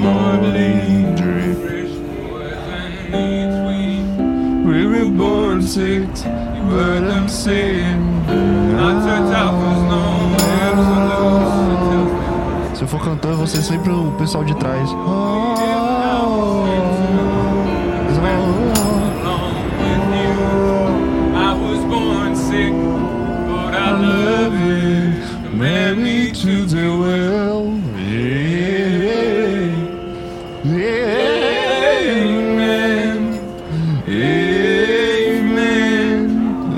morning drip. We were born sick, but I'm saying se eu for cantor, eu vou ser sempre o pessoal de trás. Married to the well, yeah, yeah, amen, amen,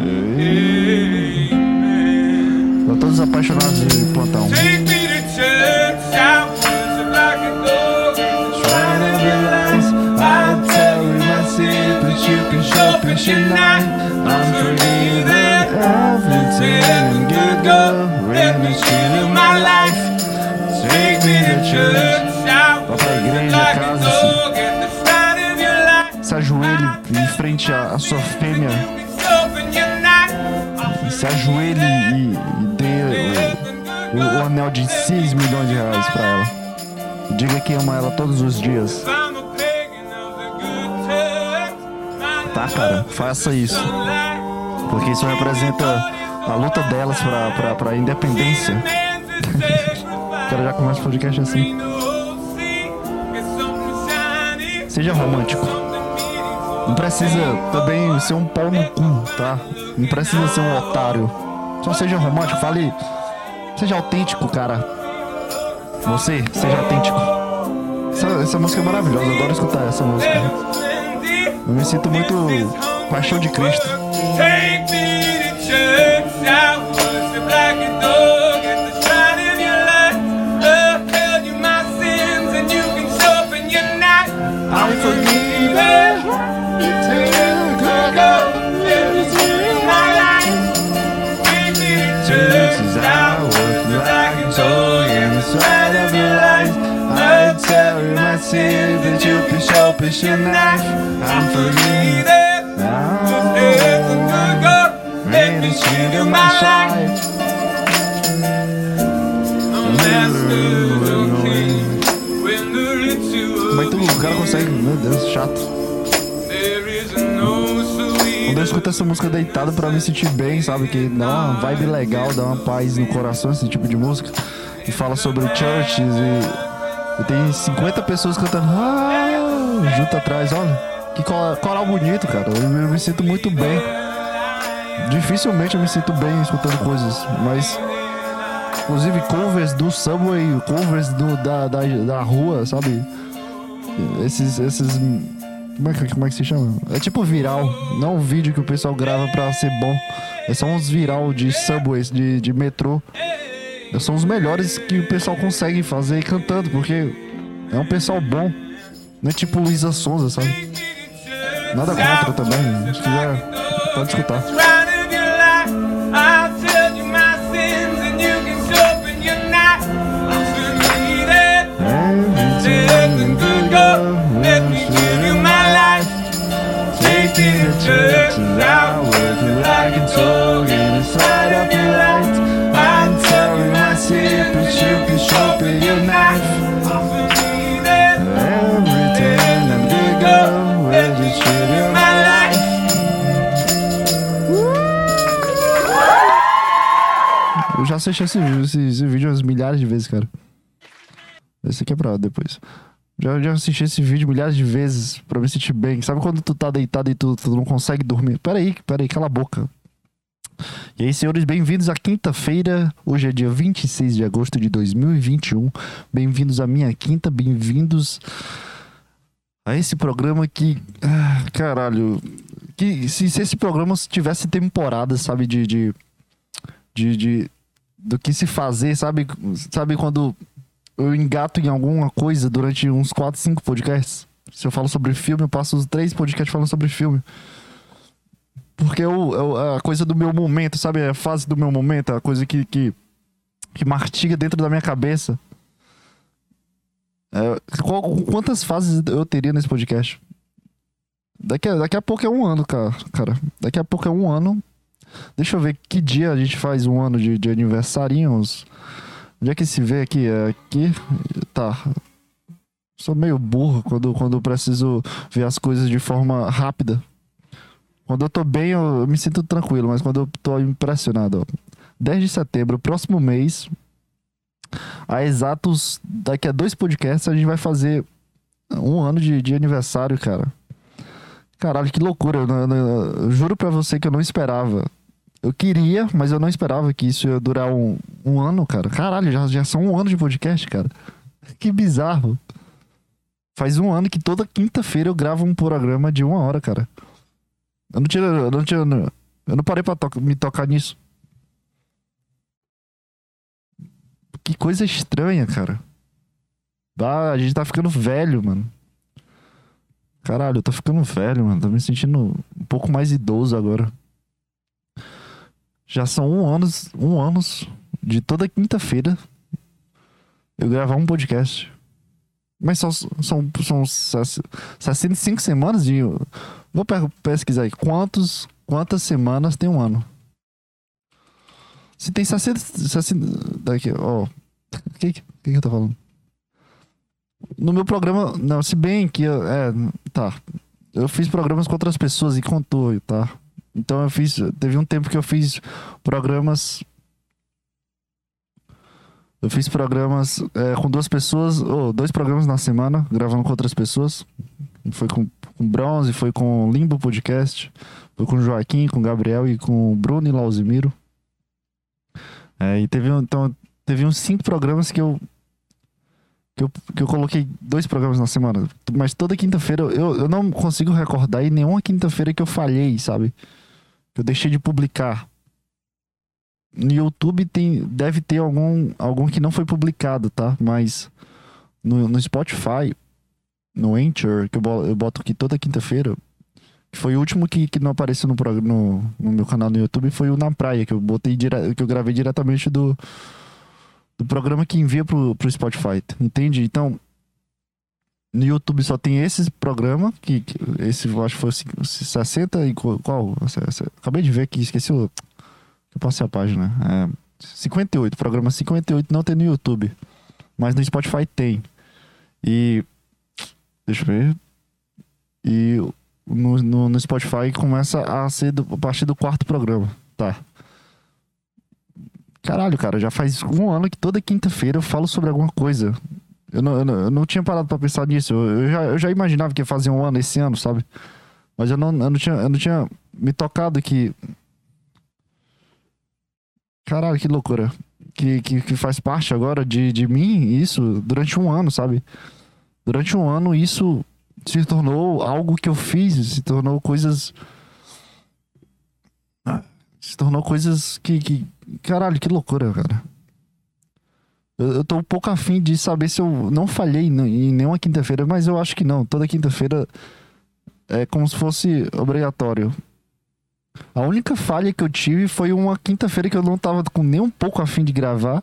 amen. Pra todos os apaixonados de plantão. Take me to church, I worship like a dog. Trying to realize I'm telling my sin, but you can show me tonight. I'm forgiven everything, good girl. Let me chill in my life. Take me to church. Vá pra igreja, casa, se ajoelhe em frente à sua fêmea. Se ajoelhe e dê o anel de 6 milhões de reais pra ela. Diga que ama ela todos os dias. Tá, cara, faça isso. Porque isso representa a luta delas pra independência. O cara já começa o podcast assim. Seja romântico. Não precisa também ser um pau no cu, tá? Não precisa ser um otário. Só seja romântico, fale. Seja autêntico, cara. Você, seja autêntico. Essa música é maravilhosa, eu adoro escutar essa música. Eu me sinto muito paixão de Cristo. That you can sharpen your knife. I'm forgiven. Rain is in my life. Como é que o cara consegue? Meu Deus, chato. Quando eu escuto essa música deitado pra me sentir bem, sabe? Que dá uma vibe legal, dá uma paz no coração, esse tipo de música. E fala sobre churches e tem 50 pessoas cantando junto atrás, olha. Que coral bonito, cara. Eu me sinto muito bem. Dificilmente eu me sinto bem escutando coisas, mas inclusive covers do Subway, covers da rua, sabe? Esses como é que se chama? É tipo viral, não um vídeo que o pessoal grava pra ser bom. É só uns viral de Subways, de metrô. São os melhores que o pessoal consegue fazer cantando, porque é um pessoal bom. Não é tipo Luísa Sonza, sabe? Nada contra também. Se quiser, pode escutar. Eu já assisti esse vídeo umas milhares de vezes, cara. Esse aqui é pra depois. Já assisti esse vídeo milhares de vezes pra me sentir bem. Sabe quando tu tá deitado e tu não consegue dormir? Peraí, cala a boca. E aí, senhores, bem-vindos à quinta-feira. Hoje é dia 26 de agosto de 2021. Bem-vindos à minha quinta, bem-vindos a esse programa que... caralho. Que se esse programa tivesse temporada, sabe, do que se fazer, sabe quando eu engato em alguma coisa durante uns 4, 5 podcasts. Se eu falo sobre filme, eu passo os 3 podcasts falando sobre filme. Porque a coisa do meu momento, sabe? A fase do meu momento, a coisa que mastiga dentro da minha cabeça. Quantas fases eu teria nesse podcast? Daqui a pouco é um ano, cara. Daqui a pouco é um ano. Deixa eu ver que dia a gente faz um ano de aniversarinhos. Onde é que se vê aqui? Aqui. Tá. Sou meio burro quando eu preciso ver as coisas de forma rápida. Quando eu tô bem, eu me sinto tranquilo, mas quando eu tô impressionado, ó. 10 de setembro, próximo mês, a exatos, daqui a 2 podcasts, a gente vai fazer 1 ano de aniversário, cara. Caralho, que loucura. Eu juro pra você que eu não esperava. Eu queria, mas eu não esperava que isso ia durar um ano, cara. Caralho, já são 1 ano de podcast, cara. Que bizarro. Faz 1 ano que toda quinta-feira eu gravo um programa de 1 hora, cara. Eu não parei pra me tocar nisso. Que coisa estranha, cara. Ah, a gente tá ficando velho, mano. Caralho, eu tô ficando velho, mano. Tô me sentindo um pouco mais idoso agora. Já são 1 anos de toda quinta-feira eu gravar um podcast. Mas são 65 semanas de... Vou pesquisar aí. Quantas semanas tem 1 ano? Se tem 60 daqui, ó. O que eu tô falando? No meu programa... Não, se bem que... Tá. Eu fiz programas com outras pessoas e contou, tá? Então eu fiz... Teve um tempo que eu fiz programas... Eu fiz programas com 2 pessoas, ou 2 programas na semana, gravando com outras pessoas. Foi com Bronze, foi com Limbo Podcast, foi com o Joaquim, com o Gabriel e com o Bruno e Lauzimiro. E teve uns 5 programas que eu coloquei 2 programas na semana. Mas toda quinta-feira eu não consigo recordar em nenhuma quinta-feira que eu falhei, sabe? Que eu deixei de publicar. No YouTube deve ter algum que não foi publicado, tá? Mas no Spotify, no Anchor, que eu boto aqui toda quinta-feira, que foi o último que não apareceu no meu canal no YouTube, foi o Na Praia, que eu botei que eu gravei diretamente do programa que envia pro Spotify, entende? Então, no YouTube só tem esse programa, esse eu acho que foi 60 e qual? Acabei de ver aqui, esqueci o... Eu passei a página. 58, programa 58 não tem no YouTube. Mas no Spotify tem. E... Deixa eu ver. E no Spotify começa a ser a partir do 4º programa. Tá. Caralho, cara, já faz 1 ano que toda quinta-feira eu falo sobre alguma coisa. Eu não tinha parado pra pensar nisso. Eu já imaginava que ia fazer 1 ano esse ano, sabe? Mas eu não tinha me tocado que... Caralho, que loucura. Que faz parte agora de mim, isso, durante 1 ano, sabe? Durante 1 ano, isso se tornou algo que eu fiz, se tornou coisas... Se tornou coisas que... Caralho, que loucura, cara. Eu tô um pouco afim de saber se eu não falhei em nenhuma quinta-feira, mas eu acho que não. Toda quinta-feira é como se fosse obrigatório. A única falha que eu tive foi uma quinta-feira que eu não tava com nem um pouco afim de gravar.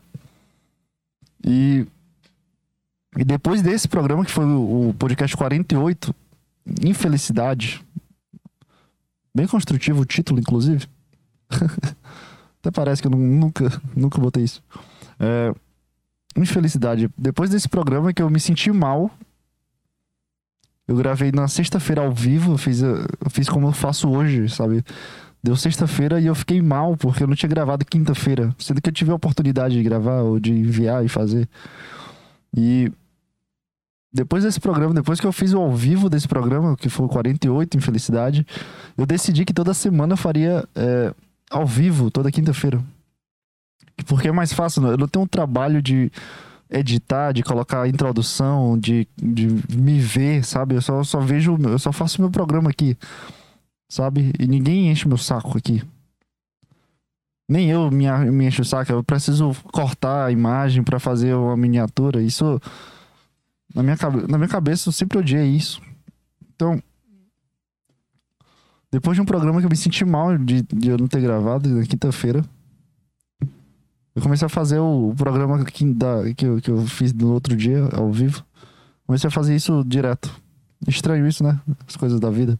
E depois desse programa, que foi o podcast 48, Infelicidade. Bem construtivo o título, inclusive. Até parece que eu nunca botei isso. Infelicidade. Depois desse programa que eu me senti mal, eu gravei na sexta-feira ao vivo, eu fiz como eu faço hoje, sabe? Deu sexta-feira e eu fiquei mal, porque eu não tinha gravado quinta-feira. Sendo que eu tive a oportunidade de gravar, ou de enviar e fazer. E depois desse programa, depois que eu fiz o ao vivo desse programa, que foi o 48, Infelicidade, eu decidi que toda semana eu faria ao vivo, toda quinta-feira. Porque é mais fácil, eu não tenho um trabalho de editar, de colocar a introdução, de me ver, sabe? Eu só vejo, eu só faço meu programa aqui, sabe? E ninguém enche meu saco aqui. Nem eu me encho o saco. Eu preciso cortar a imagem pra fazer uma miniatura. Isso, na minha cabeça, eu sempre odiei isso. Então, depois de um programa que eu me senti mal de eu não ter gravado na quinta-feira, eu comecei a fazer o programa que eu fiz no outro dia, ao vivo. Comecei a fazer isso direto. Estranho isso, né? As coisas da vida.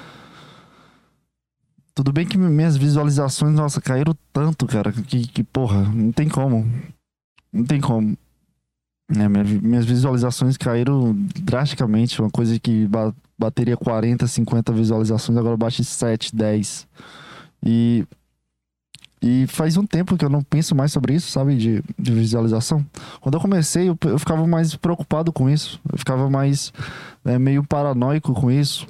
Tudo bem que minhas visualizações, nossa, caíram tanto, cara, que porra, não tem como. Não tem como. Minhas visualizações caíram drasticamente. Uma coisa que bateria 40, 50 visualizações, agora bate 7, 10. E, e faz um tempo que eu não penso mais sobre isso, sabe? De visualização. Quando eu comecei, eu ficava mais preocupado com isso. Eu ficava mais meio paranoico com isso.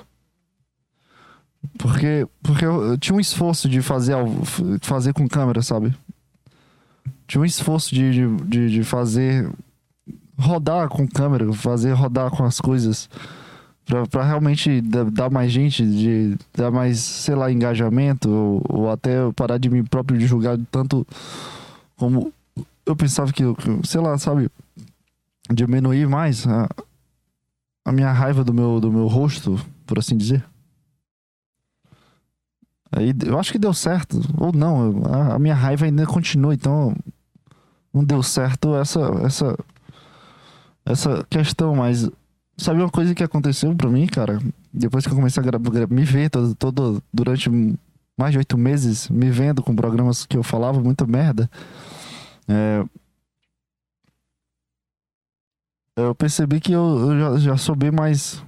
Porque eu tinha um esforço de fazer com câmera, sabe? Tinha um esforço de fazer rodar com câmera, fazer rodar com as coisas pra realmente dar mais gente, de dar mais, sei lá, engajamento, ou até eu parar de mim próprio de julgar tanto como eu pensava sei lá, sabe, diminuir mais a minha raiva do meu rosto, por assim dizer. Aí eu acho que deu certo, ou não, a minha raiva ainda continua, então não deu certo essa questão, mas sabe uma coisa que aconteceu pra mim, cara? Depois que eu comecei a me ver todo durante mais de 8 meses, me vendo com programas que eu falava muita merda, é, eu percebi que eu já sou bem mais.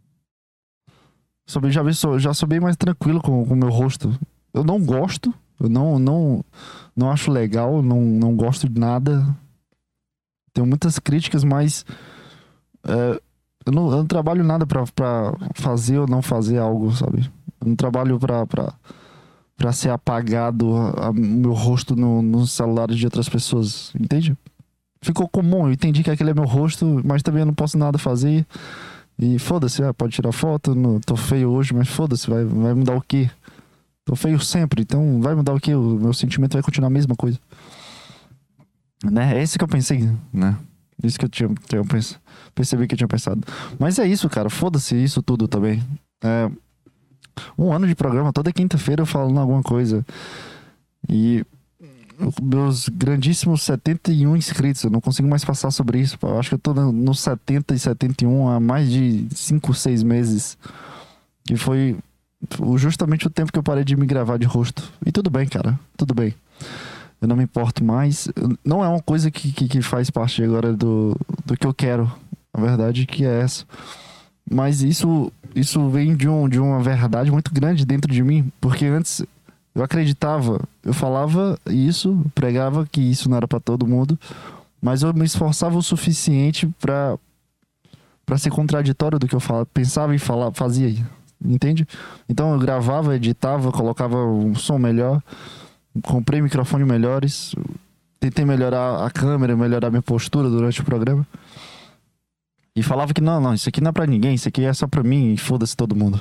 Já sou bem mais tranquilo com o meu rosto. Eu não gosto, eu não acho legal, não gosto de nada. Tenho muitas críticas, mas eu não trabalho nada pra fazer ou não fazer algo, sabe? Eu não trabalho pra ser apagado o meu rosto nos celulares de outras pessoas, entende? Ficou comum, eu entendi que aquele é meu rosto, mas também eu não posso nada fazer. E foda-se, pode tirar foto, tô feio hoje, mas foda-se, vai mudar o quê? Tô feio sempre, então vai mudar o quê? O meu sentimento vai continuar a mesma coisa. Né? É isso que eu pensei, né? Isso que eu tinha percebi que eu tinha pensado. Mas é isso, cara. Foda-se isso tudo também. Um ano de programa, toda quinta-feira eu falando alguma coisa. E meus grandíssimos 71 inscritos, eu não consigo mais passar sobre isso. Eu acho que eu tô no 70 e 71 há mais de 5, 6 meses. Que foi justamente o tempo que eu parei de me gravar de rosto. E tudo bem, cara. Tudo bem. Eu não me importo mais. Não é uma coisa que faz parte agora do que eu quero. A verdade que é essa. Mas isso vem de uma verdade muito grande dentro de mim. Porque antes eu acreditava, eu falava isso, pregava que isso não era pra todo mundo. Mas eu me esforçava o suficiente pra ser contraditório do que eu pensava e fazia. Entende? Então eu gravava, editava, colocava um som melhor. Comprei microfone melhores, tentei melhorar a câmera, melhorar minha postura durante o programa. E falava que não, isso aqui não é pra ninguém, isso aqui é só pra mim e foda-se todo mundo.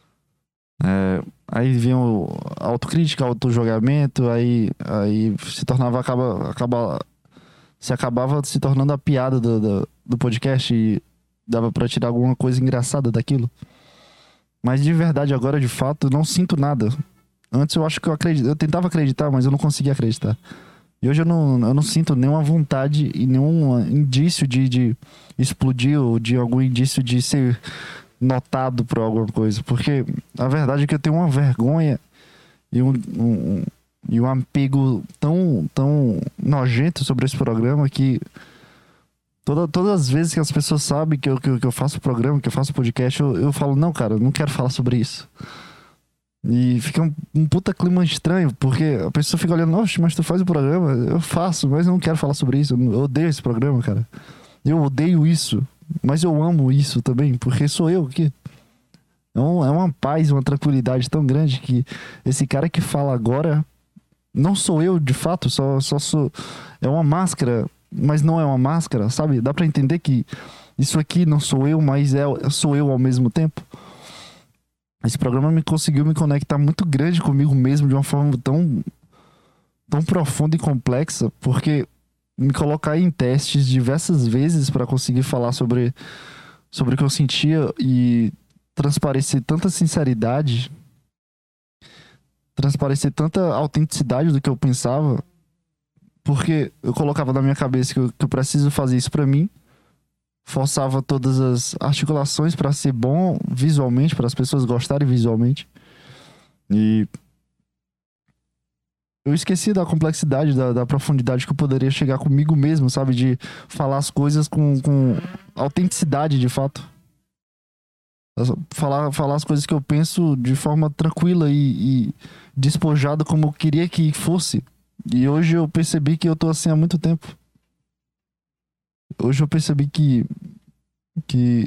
Aí vinha a autocrítica, autojulgamento, aí se tornava, acabava se tornando a piada do podcast e dava pra tirar alguma coisa engraçada daquilo. Mas de verdade, agora de fato, eu não sinto nada. Antes eu acho que eu tentava acreditar, mas eu não conseguia acreditar. E hoje eu não sinto nenhuma vontade e nenhum indício de explodir ou de algum indício de ser notado por alguma coisa. Porque a verdade é que eu tenho uma vergonha e um apego tão nojento sobre esse programa que todas as vezes que as pessoas sabem que eu faço programa, que eu faço podcast, eu falo, não, cara, eu não quero falar sobre isso. E fica um puta clima estranho, porque a pessoa fica olhando, oxe, mas tu faz o programa? Eu faço, mas eu não quero falar sobre isso. Eu odeio esse programa, cara. Eu odeio isso, mas eu amo isso também, porque sou eu aqui. É uma paz, uma tranquilidade tão grande que esse cara que fala agora não sou eu de fato, só sou. É uma máscara, mas não é uma máscara, sabe? Dá pra entender que isso aqui não sou eu, mas sou eu ao mesmo tempo. Esse programa conseguiu me conectar muito grande comigo mesmo de uma forma tão profunda e complexa, porque me colocar em testes diversas vezes para conseguir falar sobre o que eu sentia e transparecer tanta sinceridade, transparecer tanta autenticidade do que eu pensava, porque eu colocava na minha cabeça que eu preciso fazer isso para mim. Forçava todas as articulações para ser bom visualmente, para as pessoas gostarem visualmente. E eu esqueci da complexidade, da profundidade que eu poderia chegar comigo mesmo, sabe? De falar as coisas com autenticidade, de fato. Falar as coisas que eu penso de forma tranquila e despojada como eu queria que fosse. E hoje eu percebi que eu tô assim há muito tempo. Hoje eu percebi que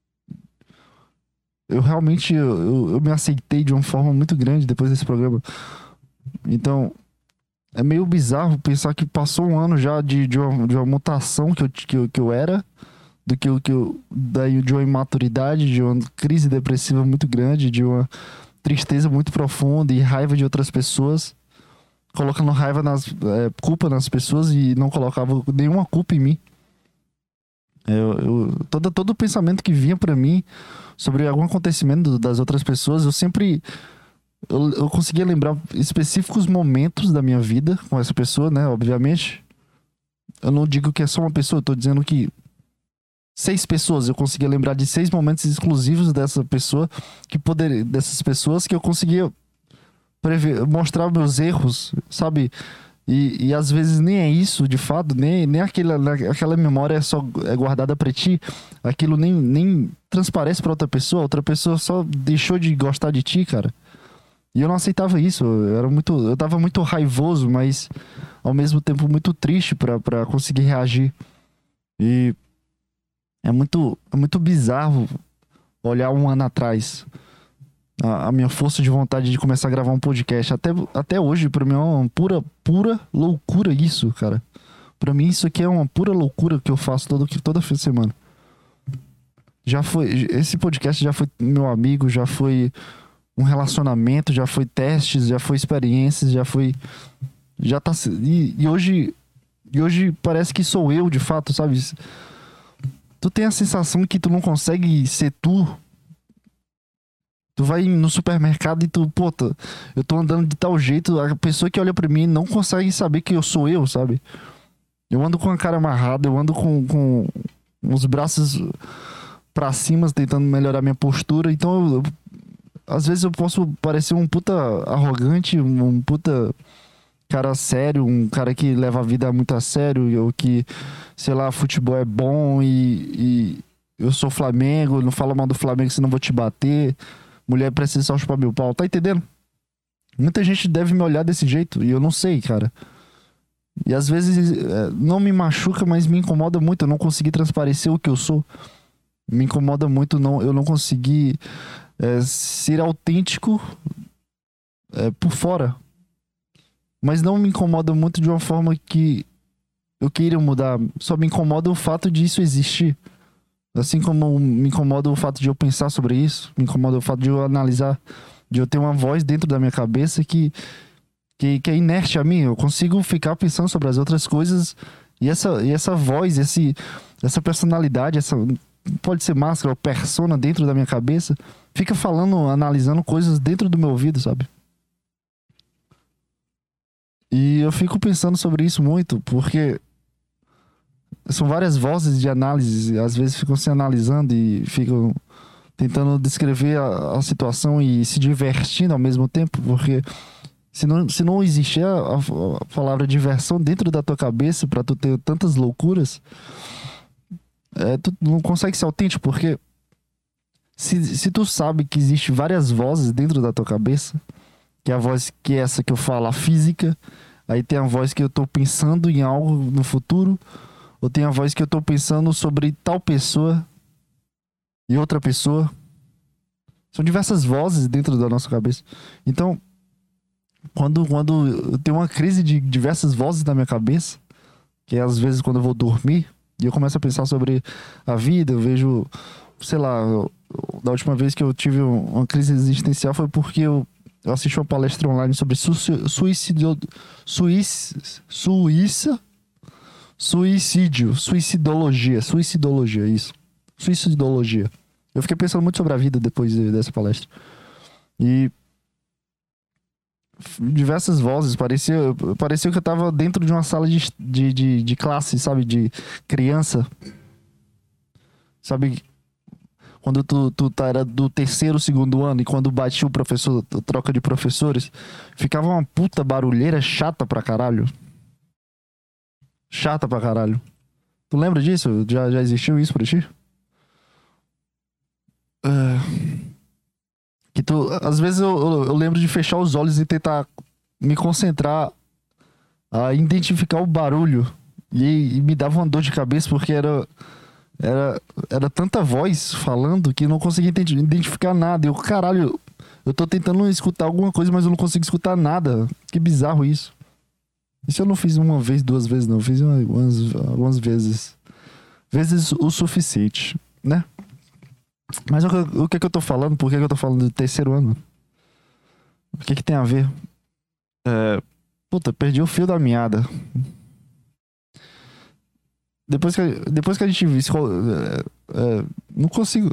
eu realmente eu me aceitei de uma forma muito grande depois desse programa. Então, é meio bizarro pensar que passou um ano já de uma mutação que eu era, daí de uma imaturidade, de uma crise depressiva muito grande, de uma tristeza muito profunda e raiva de outras pessoas, colocando culpa nas pessoas e não colocava nenhuma culpa em mim. Todo o pensamento que vinha pra mim sobre algum acontecimento das outras pessoas, eu conseguia lembrar específicos momentos da minha vida com essa pessoa, né? Obviamente. Eu não digo que é só uma pessoa, eu tô dizendo que 6 pessoas, eu conseguia lembrar de 6 momentos exclusivos dessas pessoas que eu conseguia mostrar meus erros, sabe? E às vezes nem é isso, de fato, nem aquela memória é guardada pra ti, aquilo nem transparece pra outra pessoa só deixou de gostar de ti, cara. E eu não aceitava isso, eu tava muito raivoso, mas ao mesmo tempo muito triste pra conseguir reagir. E é muito bizarro olhar um ano atrás. A minha força de vontade de começar a gravar um podcast. Até hoje, pra mim, é uma pura loucura isso, cara. Pra mim, isso aqui é uma pura loucura que eu faço toda semana. Esse podcast já foi meu amigo, já foi um relacionamento, já foi testes, já foi experiências, já tá... E hoje parece que sou eu, de fato, sabe? Tu tem a sensação que tu não consegue ser tu. Tu vai no supermercado e eu tô andando de tal jeito, a pessoa que olha pra mim não consegue saber que eu sou eu, sabe? Eu ando com a cara amarrada, eu ando com os braços pra cima, tentando melhorar minha postura. Então, às vezes eu posso parecer um puta arrogante, um puta cara sério, um cara que leva a vida muito a sério, ou que, sei lá, futebol é bom e eu sou Flamengo, não falo mal do Flamengo senão vou te bater. Mulher precisa só chupar meu pau, tá entendendo? Muita gente deve me olhar desse jeito e eu não sei, cara. E às vezes não me machuca, mas me incomoda muito. Eu não consegui transparecer o que eu sou. Me incomoda muito eu não conseguir ser autêntico por fora. Mas não me incomoda muito de uma forma que eu queira mudar. Só me incomoda o fato de isso existir. Assim como me incomoda o fato de eu pensar sobre isso, me incomoda o fato de eu analisar, de eu ter uma voz dentro da minha cabeça que é inerte a mim. Eu consigo ficar pensando sobre as outras coisas e essa voz, essa personalidade, pode ser máscara ou persona dentro da minha cabeça, fica falando, analisando coisas dentro do meu ouvido, sabe? E eu fico pensando sobre isso muito, porque são várias vozes de análise, às vezes ficam se analisando e ficam tentando descrever a situação e se divertindo ao mesmo tempo, porque se não existir a palavra diversão dentro da tua cabeça pra tu ter tantas loucuras, tu não consegue ser autêntico, porque se tu sabe que existe várias vozes dentro da tua cabeça, que é a voz que é essa que eu falo, a física, aí tem a voz que eu tô pensando em algo no futuro, ou tem a voz que eu tô pensando sobre tal pessoa e outra pessoa. São diversas vozes dentro da nossa cabeça. Então, quando eu tenho uma crise de diversas vozes na minha cabeça, que é às vezes quando eu vou dormir, e eu começo a pensar sobre a vida, eu vejo, sei lá, da última vez que eu tive uma crise existencial foi porque eu assisti uma palestra online sobre suicidologia, isso. Suicidologia. Eu fiquei pensando muito sobre a vida depois dessa palestra. E diversas vozes, parecia que eu tava dentro de uma sala de classe, sabe, de criança. Sabe, quando tu era do terceiro, segundo ano, e quando batia o professor, troca de professores, ficava uma puta barulheira chata pra caralho. Chata pra caralho. Tu lembra disso? Já existiu isso pra ti? Que tu, às vezes eu lembro de fechar os olhos e tentar me concentrar a identificar o barulho. E me dava uma dor de cabeça porque era tanta voz falando que eu não conseguia identificar nada. Eu, caralho, eu tô tentando escutar alguma coisa, mas eu não consigo escutar nada. Que bizarro isso. Isso eu não fiz uma vez, duas vezes, não. Eu fiz algumas vezes. Vezes o suficiente, né? Mas o que é que eu tô falando? Por que é que eu tô falando do terceiro ano? O que é que tem a ver? Puta, perdi o fio da meada. Depois que a gente viu isso, não consigo.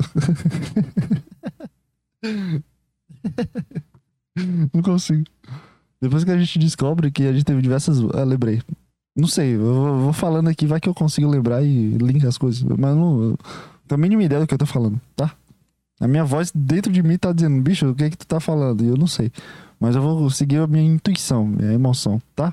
Não consigo. Depois que a gente descobre que a gente teve diversas. Lembrei. Não sei, eu vou falando aqui, vai que eu consigo lembrar e linka as coisas. Mas não tenho a mínima ideia do que eu tô falando, tá? A minha voz dentro de mim tá dizendo, bicho, o que é que tu tá falando? E eu não sei. Mas eu vou seguir a minha intuição, minha emoção, tá?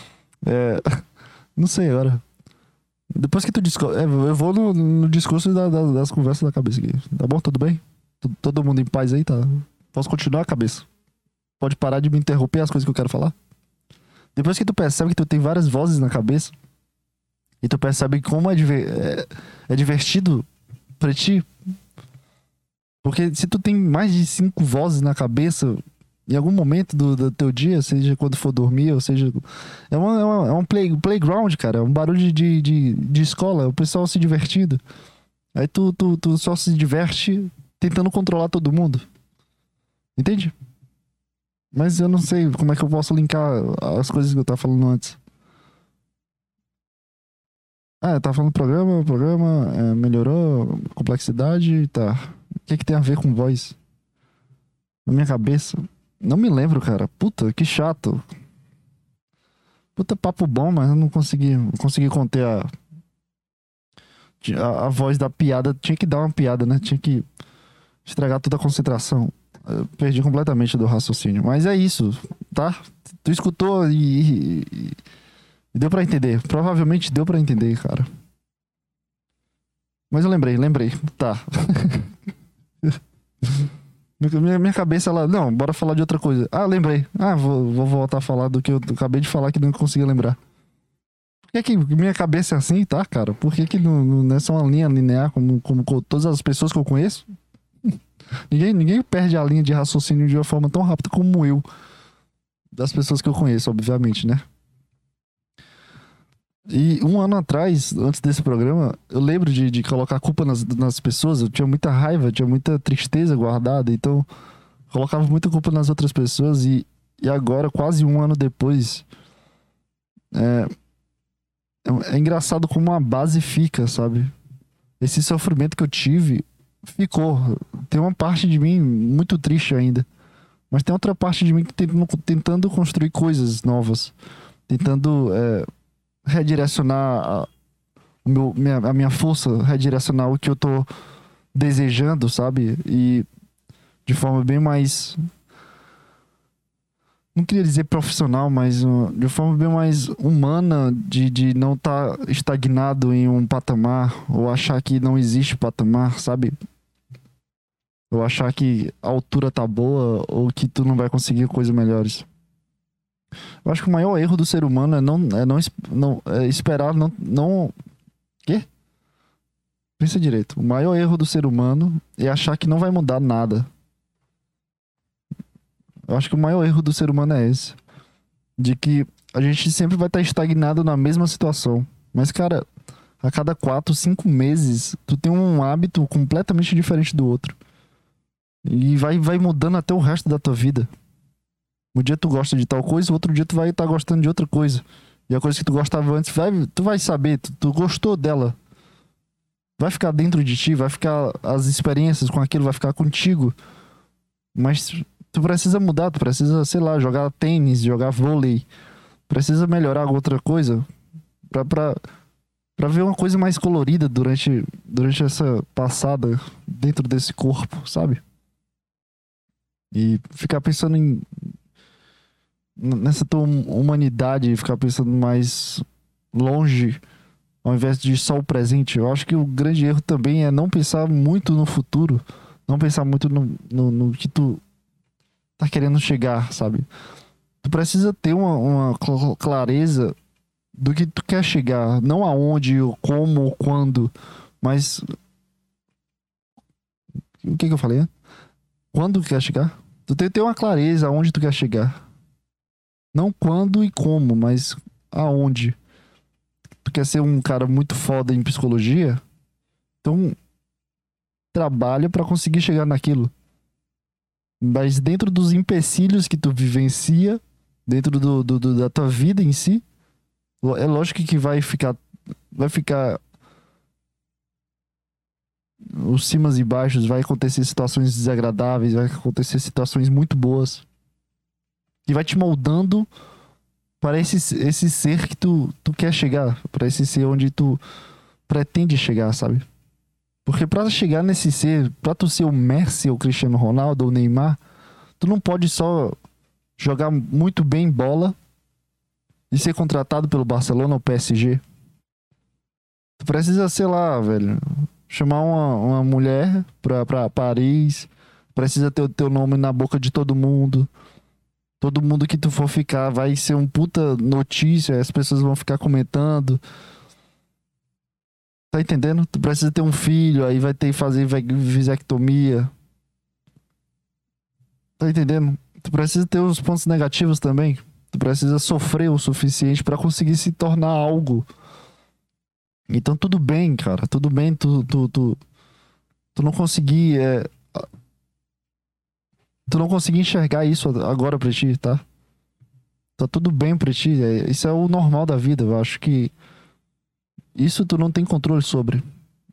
Não sei agora. Depois que tu descobre. Eu vou no discurso das conversas da cabeça aqui. Tá bom? Tudo bem? Todo mundo em paz aí, tá? Posso continuar, cabeça? Pode parar de me interromper as coisas que eu quero falar? Depois que tu percebe que tu tem várias vozes na cabeça e tu percebe como é divertido pra ti. Porque se tu tem mais de 5 vozes na cabeça, em algum momento do teu dia, seja quando for dormir, ou seja... É um playground, cara. É um barulho de escola. O pessoal se divertindo. Aí tu só se diverte tentando controlar todo mundo. Entende? Mas eu não sei como é que eu posso linkar as coisas que eu tava falando antes. Eu tava falando programa, melhorou, complexidade, tá. O que tem a ver com voz? Na minha cabeça. Não me lembro, cara. Puta, que chato. Puta papo bom, mas eu não consegui conter a voz da piada. Tinha que dar uma piada, né? Tinha que estragar toda a concentração. Eu perdi completamente do raciocínio. Mas é isso, tá? Tu escutou e deu pra entender. Provavelmente deu pra entender, cara. Mas eu lembrei. Tá. Minha cabeça, ela... Não, bora falar de outra coisa. Lembrei. Vou voltar a falar do que eu acabei de falar que não conseguia lembrar. Por que minha cabeça é assim, tá, cara? Por que não é só uma linha linear como todas as pessoas que eu conheço? Ninguém perde a linha de raciocínio de uma forma tão rápida como eu. Das pessoas que eu conheço, obviamente, né? E um ano atrás, antes desse programa, eu lembro de colocar a culpa nas pessoas. Eu tinha muita raiva, tinha muita tristeza guardada. Então, colocava muita culpa nas outras pessoas. E agora, quase um ano depois, é engraçado como a base fica, sabe? Esse sofrimento que eu tive ficou. Tem uma parte de mim muito triste ainda. Mas tem outra parte de mim que tentando construir coisas novas. Tentando redirecionar a minha força, redirecionar o que eu tô desejando, sabe? E de forma bem mais... Não queria dizer profissional, mas de forma bem mais humana, de não estar estagnado em um patamar, ou achar que não existe patamar, sabe? Ou achar que a altura tá boa, ou que tu não vai conseguir coisas melhores. Eu acho que o maior erro do ser humano é esperar não... Quê? Pensa direito. O maior erro do ser humano é achar que não vai mudar nada. Eu acho que o maior erro do ser humano é esse. De que a gente sempre vai estar estagnado na mesma situação. Mas, cara, a cada 4, 5 meses, tu tem um hábito completamente diferente do outro. E vai mudando até o resto da tua vida. Um dia tu gosta de tal coisa, outro dia tu vai estar gostando de outra coisa. E a coisa que tu gostava antes, tu vai saber, tu gostou dela. Vai ficar dentro de ti, vai ficar... As experiências com aquilo vai ficar contigo. Mas tu precisa mudar, tu precisa, sei lá, jogar tênis, jogar vôlei. Precisa melhorar outra coisa pra Pra ver uma coisa mais colorida durante essa passada dentro desse corpo, sabe? E ficar pensando nessa tua humanidade, ficar pensando mais longe, ao invés de só o presente. Eu acho que o grande erro também é não pensar muito no futuro, não pensar muito no que tu tá querendo chegar, sabe? Tu precisa ter uma clareza do que tu quer chegar, não aonde, ou como, ou quando, mas o que eu falei? Quando tu quer chegar? Tu tem que ter uma clareza aonde tu quer chegar. Não quando e como, mas aonde. Tu quer ser um cara muito foda em psicologia? Então trabalha pra conseguir chegar naquilo. Mas dentro dos empecilhos que tu vivencia, dentro da tua vida em si, é lógico que vai ficar os cimas e baixos, vai acontecer situações desagradáveis, vai acontecer situações muito boas. E vai te moldando para esse ser que tu quer chegar, para esse ser onde tu pretende chegar, sabe? Porque pra chegar nesse ser, pra tu ser o Messi, o Cristiano Ronaldo, ou o Neymar, tu não pode só jogar muito bem bola e ser contratado pelo Barcelona ou PSG. Tu precisa, sei lá, velho, chamar uma mulher pra Paris, precisa ter o teu nome na boca de todo mundo. Todo mundo que tu for ficar vai ser um puta notícia, as pessoas vão ficar comentando. Tá entendendo? Tu precisa ter um filho, aí vai ter que fazer vasectomia. Tá entendendo? Tu precisa ter os pontos negativos também. Tu precisa sofrer o suficiente pra conseguir se tornar algo. Então tudo bem, cara. Tudo bem tu não conseguir tu não conseguir enxergar isso agora pra ti, tá? Tá tudo bem pra ti. Isso é o normal da vida. Eu acho que isso tu não tem controle sobre.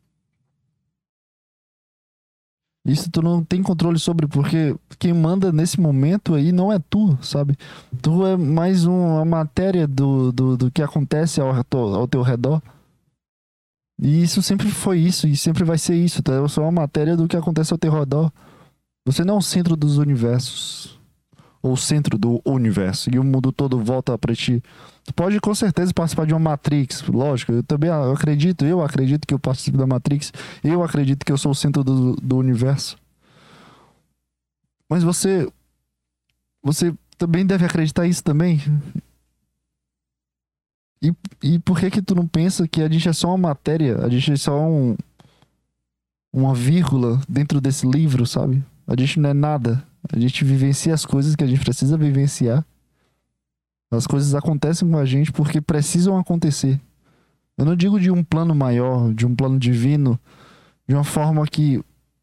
Isso tu não tem controle sobre, porque quem manda nesse momento aí não é tu, sabe? Tu é mais uma matéria do que acontece ao teu redor. E isso sempre foi isso, e sempre vai ser isso, tá? Eu sou uma matéria do que acontece ao teu redor. Você não é o centro dos universos. Ou o centro do universo. E o mundo todo volta pra ti. Tu pode com certeza participar de uma Matrix. Lógico, eu também acredito. Eu acredito que eu participo da Matrix. Eu acredito que eu sou o centro do universo. Mas você também deve acreditar isso também. E por que tu não pensa que a gente é só uma matéria? A gente é só uma vírgula dentro desse livro, sabe? A gente não é nada. A gente vivencia as coisas que a gente precisa vivenciar. As coisas acontecem com a gente porque precisam acontecer. Eu não digo de um plano maior, de um plano divino, de uma forma que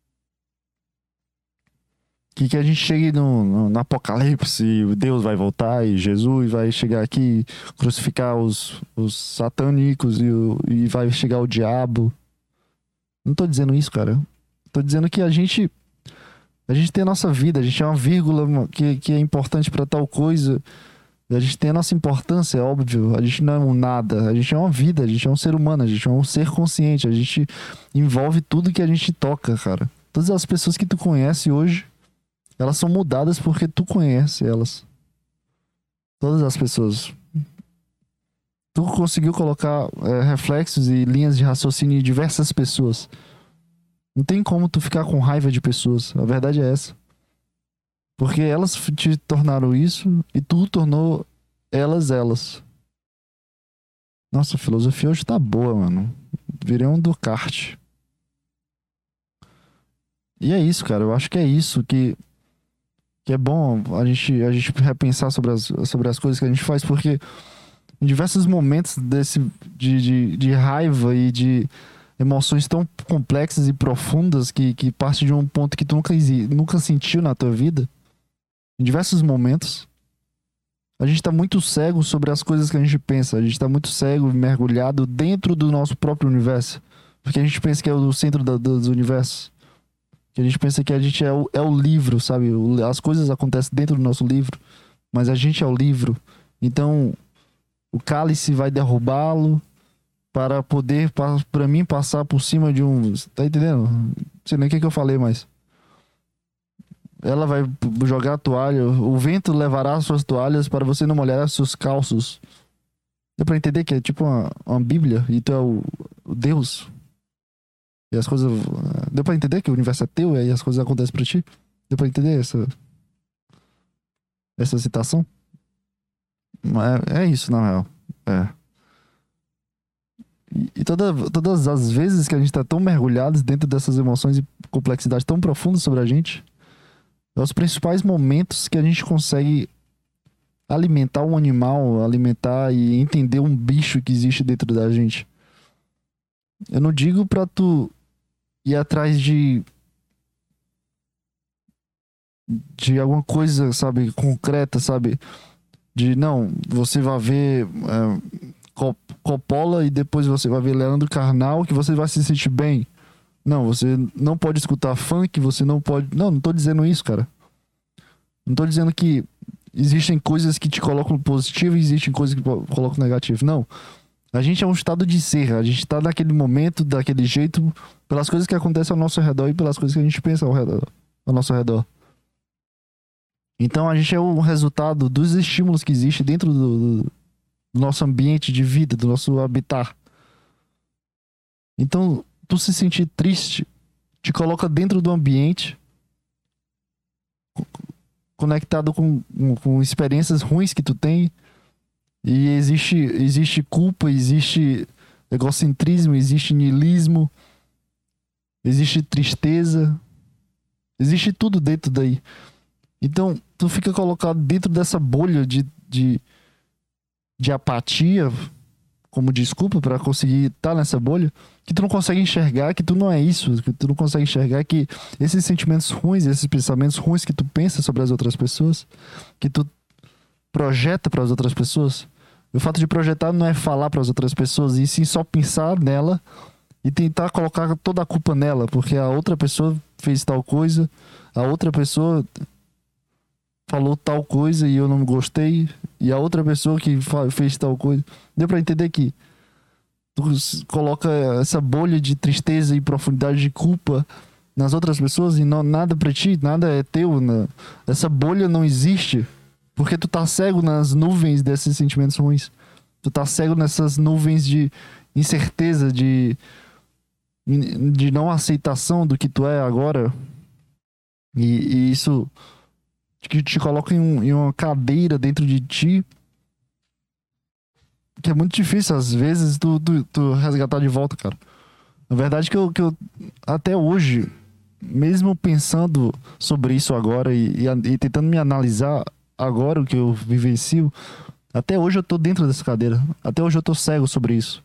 a gente chegue no apocalipse, e Deus vai voltar e Jesus vai chegar aqui crucificar os satânicos e vai chegar o diabo. Não tô dizendo isso, cara. Tô dizendo que a gente tem a nossa vida, a gente é uma vírgula que é importante pra tal coisa. A gente tem a nossa importância, é óbvio. A gente não é um nada, a gente é uma vida, a gente é um ser humano, a gente é um ser consciente. A gente envolve tudo que a gente toca, cara. Todas as pessoas que tu conhece hoje, elas são mudadas porque tu conhece elas. Todas as pessoas. Tu conseguiu colocar reflexos e linhas de raciocínio em diversas pessoas. Não tem como tu ficar com raiva de pessoas. A verdade é essa. Porque elas te tornaram isso e tu tornou elas. Nossa, a filosofia hoje tá boa, mano. Virei um Descartes. E é isso, cara. Eu acho que é isso que é bom a gente repensar sobre as coisas que a gente faz, porque em diversos momentos de raiva e de emoções tão complexas e profundas que partem de um ponto que tu nunca sentiu na tua vida, em diversos momentos, a gente tá muito cego sobre as coisas que a gente pensa. A gente tá muito cego, mergulhado dentro do nosso próprio universo. Porque a gente pensa que é o centro dos universos. Que a gente pensa que a gente é o livro, sabe? As coisas acontecem dentro do nosso livro, mas a gente é o livro. Então, o cálice vai derrubá-lo para poder, para mim, passar por cima de um... Tá entendendo? Não sei nem o que eu falei, mas... Ela vai jogar a toalha, o vento levará as suas toalhas para você não molhar os seus calços. Deu pra entender que é tipo uma Bíblia e tu é o Deus. E as coisas... Deu pra entender que o universo é teu e aí as coisas acontecem pra ti? Deu pra entender essa citação? É isso, na real. É. E todas as vezes que a gente tá tão mergulhados dentro dessas emoções e complexidades tão profundas sobre a gente, é os principais momentos que a gente consegue alimentar um animal, alimentar e entender um bicho que existe dentro da gente. Eu não digo pra tu ir atrás de alguma coisa, sabe, concreta, sabe? De, não, você vai ver Coppola e depois você vai ver Leandro Carnal que você vai se sentir bem. Não, você não pode escutar funk, você não pode... Não tô dizendo isso, cara. Não tô dizendo que existem coisas que te colocam positivo e existem coisas que colocam negativo. Não. A gente é um estado de ser. A gente tá naquele momento, daquele jeito, pelas coisas que acontecem ao nosso redor e pelas coisas que a gente pensa ao nosso redor. Então a gente é o resultado dos estímulos que existem dentro do nosso ambiente de vida, do nosso habitat. Então, tu se sentir triste te coloca dentro do ambiente conectado com experiências ruins que tu tem e existe culpa, existe egocentrismo, existe niilismo, existe tristeza, existe tudo dentro daí. Então, tu fica colocado dentro dessa bolha de apatia, como desculpa para conseguir estar nessa bolha, que tu não consegue enxergar que tu não é isso, que tu não consegue enxergar que esses sentimentos ruins, esses pensamentos ruins que tu pensa sobre as outras pessoas, que tu projeta para as outras pessoas. O fato de projetar não é falar para as outras pessoas, e sim só pensar nela e tentar colocar toda a culpa nela, porque a outra pessoa fez tal coisa, a outra pessoa falou tal coisa e eu não gostei, e a outra pessoa que fez tal coisa. Deu pra entender que tu coloca essa bolha de tristeza e profundidade de culpa nas outras pessoas e não, nada pra ti, nada é teu, né? Essa bolha não existe porque tu tá cego nas nuvens desses sentimentos ruins. Tu tá cego nessas nuvens de incerteza, de não aceitação do que tu é agora. E isso que te coloca em uma cadeira dentro de ti, que é muito difícil às vezes tu resgatar de volta, cara. Na verdade que eu até hoje, mesmo pensando sobre isso agora e tentando me analisar agora o que eu vivencio, até hoje eu tô dentro dessa cadeira. Até hoje eu tô cego sobre isso.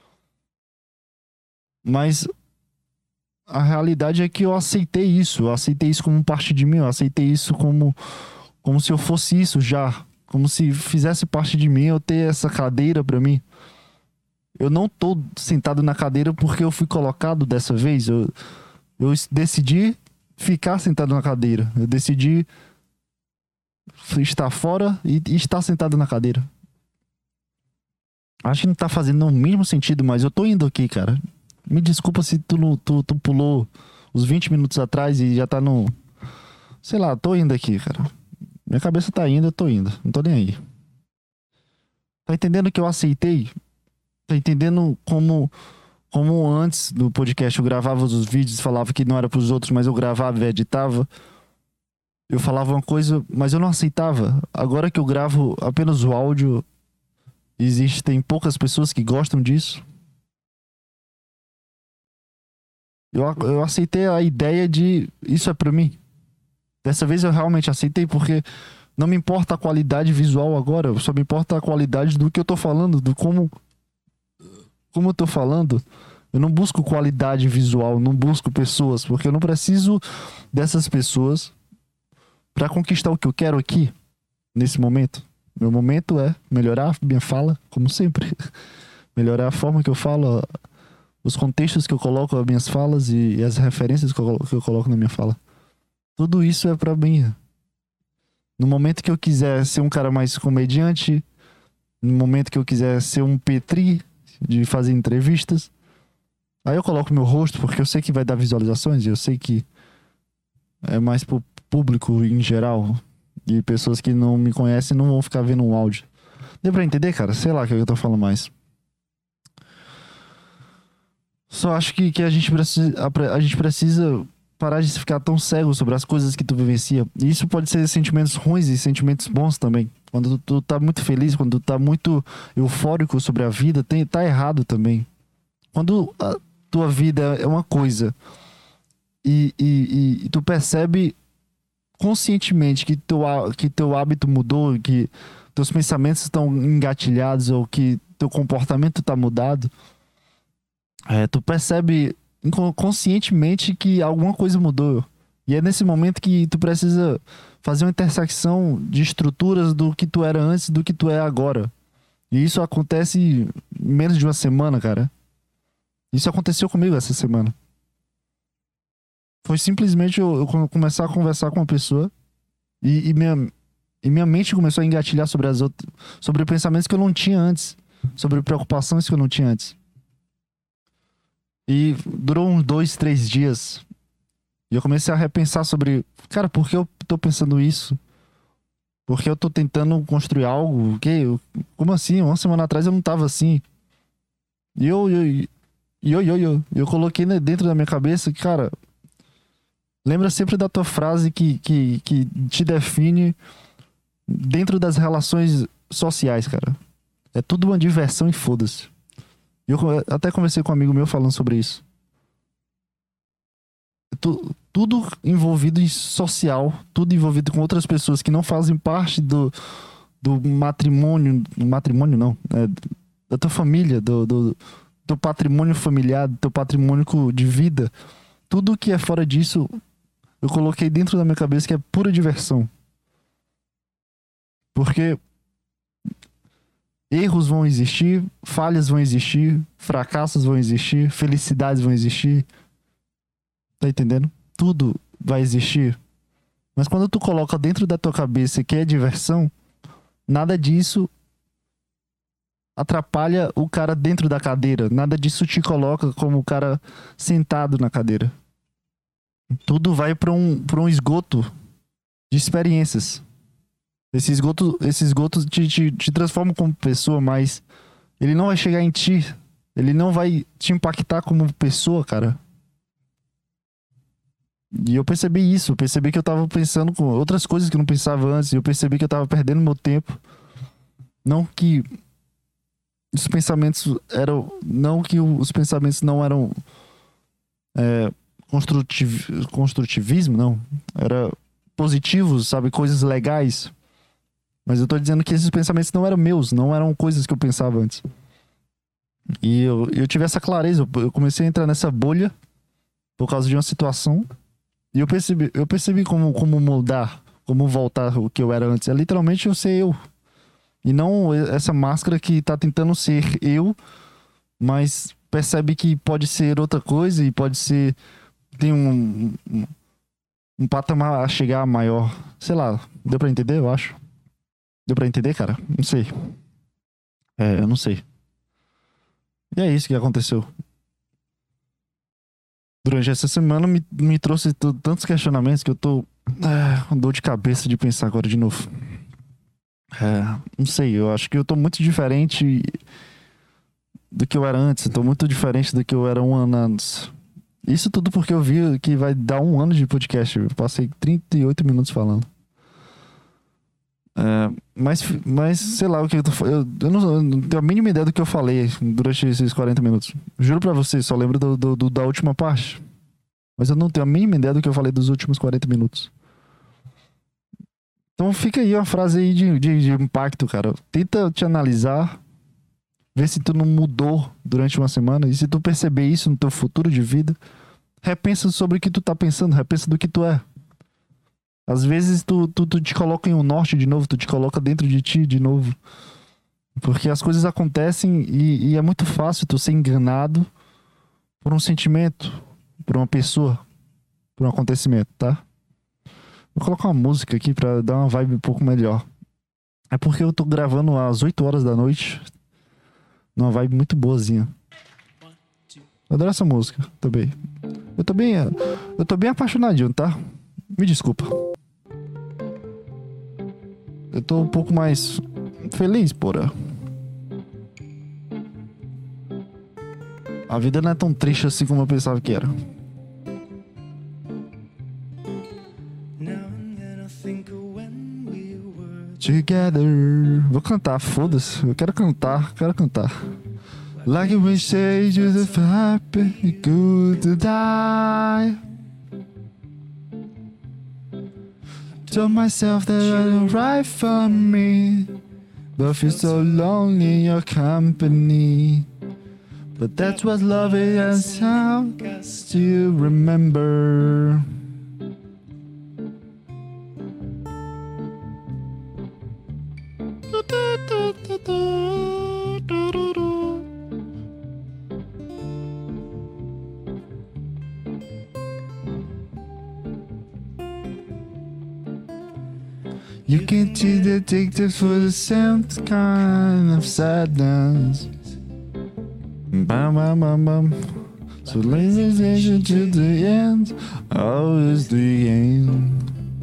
Mas a realidade é que eu aceitei isso. Eu aceitei isso como parte de mim. Eu aceitei isso como se eu fosse isso já. Como se fizesse parte de mim eu ter essa cadeira pra mim. Eu não tô sentado na cadeira porque eu fui colocado dessa vez. Eu decidi ficar sentado na cadeira. Eu decidi estar fora e estar sentado na cadeira. Acho que não tá fazendo o mínimo sentido, mas eu tô indo aqui, cara. Me desculpa se tu pulou os 20 minutos atrás e já tá no... Sei lá, tô indo aqui, cara. Minha cabeça tá indo, eu tô indo. Não tô nem aí. Tá entendendo que eu aceitei? Tá entendendo como antes do podcast eu gravava os vídeos e falava que não era pros outros, mas eu gravava e editava. Eu falava uma coisa, mas eu não aceitava. Agora que eu gravo apenas o áudio, existem poucas pessoas que gostam disso. Eu aceitei a ideia de isso é pra mim. Dessa vez eu realmente aceitei porque não me importa a qualidade visual agora, só me importa a qualidade do que eu tô falando, do como eu tô falando. Eu não busco qualidade visual, não busco pessoas, porque eu não preciso dessas pessoas pra conquistar o que eu quero aqui, nesse momento. Meu momento é melhorar minha fala, como sempre. Melhorar a forma que eu falo, os contextos que eu coloco as minhas falas e as referências que eu coloco na minha fala. Tudo isso é pra mim. No momento que eu quiser ser um cara mais comediante, no momento que eu quiser ser um Petri, de fazer entrevistas. Aí eu coloco meu rosto porque eu sei que vai dar visualizações e eu sei que é mais pro público em geral. E pessoas que não me conhecem não vão ficar vendo um áudio. Deu pra entender, cara? Sei lá o que eu tô falando mais. Só acho que a gente precisa parar de ficar tão cego sobre as coisas que tu vivencia. E isso pode ser sentimentos ruins e sentimentos bons também. Quando tu tá muito feliz, quando tu tá muito eufórico sobre a vida, tá errado também. Quando a tua vida é uma coisa e tu percebe conscientemente que teu hábito mudou, que teus pensamentos estão engatilhados ou que teu comportamento tá mudado, tu percebe conscientemente que alguma coisa mudou. E é nesse momento que tu precisa fazer uma intersecção de estruturas do que tu era antes do que tu é agora. E isso acontece em menos de uma semana, cara. Isso aconteceu comigo essa semana. Foi simplesmente eu começar a conversar com uma pessoa e minha mente começou a engatilhar sobre pensamentos que eu não tinha antes, sobre preocupações que eu não tinha antes. E durou uns 2, 3 dias. E eu comecei a repensar sobre, cara, por que eu tô pensando isso? Por que eu tô tentando construir algo? Como assim? Uma semana atrás eu não tava assim. E eu coloquei dentro da minha cabeça que, cara, lembra sempre da tua frase que te define dentro das relações sociais, cara. É tudo uma diversão e foda-se. Eu até conversei com um amigo meu falando sobre isso. Tudo envolvido em social, tudo envolvido com outras pessoas que não fazem parte do matrimônio. Matrimônio não. Da tua família, do teu patrimônio familiar, do teu patrimônio de vida. Tudo que é fora disso, eu coloquei dentro da minha cabeça que é pura diversão. Porque erros vão existir, falhas vão existir, fracassos vão existir, felicidades vão existir. Tá entendendo? Tudo vai existir. Mas quando tu coloca dentro da tua cabeça que é diversão, nada disso atrapalha o cara dentro da cadeira. Nada disso te coloca como o cara sentado na cadeira. Tudo vai para um esgoto de experiências. Esse esgoto te transforma como pessoa, mas ele não vai chegar em ti. Ele não vai te impactar como pessoa, cara. E eu percebi isso. Eu percebi que eu tava pensando com outras coisas que eu não pensava antes. Eu percebi que eu tava perdendo meu tempo. Não que os pensamentos não eram construtivismo, não. Era positivos, sabe? Coisas legais. Mas eu tô dizendo que esses pensamentos não eram meus, não eram coisas que eu pensava antes. E eu tive essa clareza. Eu comecei a entrar nessa bolha por causa de uma situação. E eu percebi como mudar, como voltar o que eu era antes. É literalmente eu ser eu. E não essa máscara que tá tentando ser eu, mas percebe que pode ser outra coisa e pode ser... Tem um patamar a chegar maior. Sei lá, deu pra entender, eu acho. Deu pra entender, cara? Não sei. Eu não sei. E é isso que aconteceu. Durante essa semana me trouxe tantos questionamentos que eu tô com dor de cabeça de pensar agora de novo. Não sei, eu acho que eu tô muito diferente do que eu era antes. Eu tô muito diferente do que eu era um ano antes. Isso tudo porque eu vi que vai dar 1 ano de podcast. Eu passei 38 minutos falando. Mas sei lá o que eu tô falando. Eu não tenho a mínima ideia do que eu falei durante esses 40 minutos. Juro pra vocês, só lembro da última parte. Mas eu não tenho a mínima ideia do que eu falei dos últimos 40 minutos. Então fica aí uma frase aí de impacto, cara. Tenta te analisar, ver se tu não mudou durante uma semana. E se tu perceber isso no teu futuro de vida, repensa sobre o que tu tá pensando, repensa do que tu é. Às vezes tu te coloca em um norte de novo, tu te coloca dentro de ti de novo. Porque as coisas acontecem e é muito fácil tu ser enganado por um sentimento, por uma pessoa, por um acontecimento, tá? Vou colocar uma música aqui pra dar uma vibe um pouco melhor. É porque eu tô gravando às 8 horas da noite. numa vibe muito boazinha. Eu adoro essa música também. Eu tô bem apaixonadinho, tá? Me desculpa. Eu tô um pouco mais feliz, porra. A vida não é tão triste assim como eu pensava que era. Together. Vou cantar, foda-se. Eu quero cantar. Like we say, just happy, good to die. Told myself that you're right for me, but feel so lonely in your company. But that's what love is, how still remember. You can see the addicted for the same kind of sadness. Bam, bam, bam, bam. So ladies and to the end, always the end.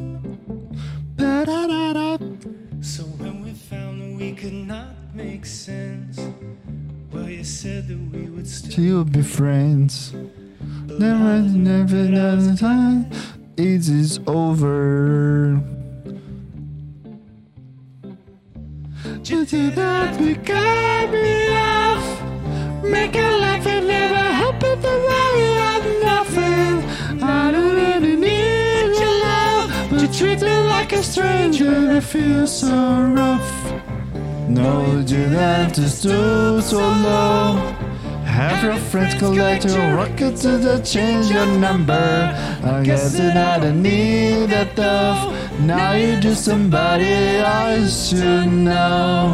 So when we found that we could not make sense, well, you said that we would still be friends. Never another time, it is over. You did that, we got me off. Make a life and never happen to worry about nothing. I don't really need your love, but you treat me like a stranger and it feels so rough. No, you didn't have to stoop so low. Have your friends collect your rockets to change your number. I guess that I don't need that though. Now you're just somebody I should know.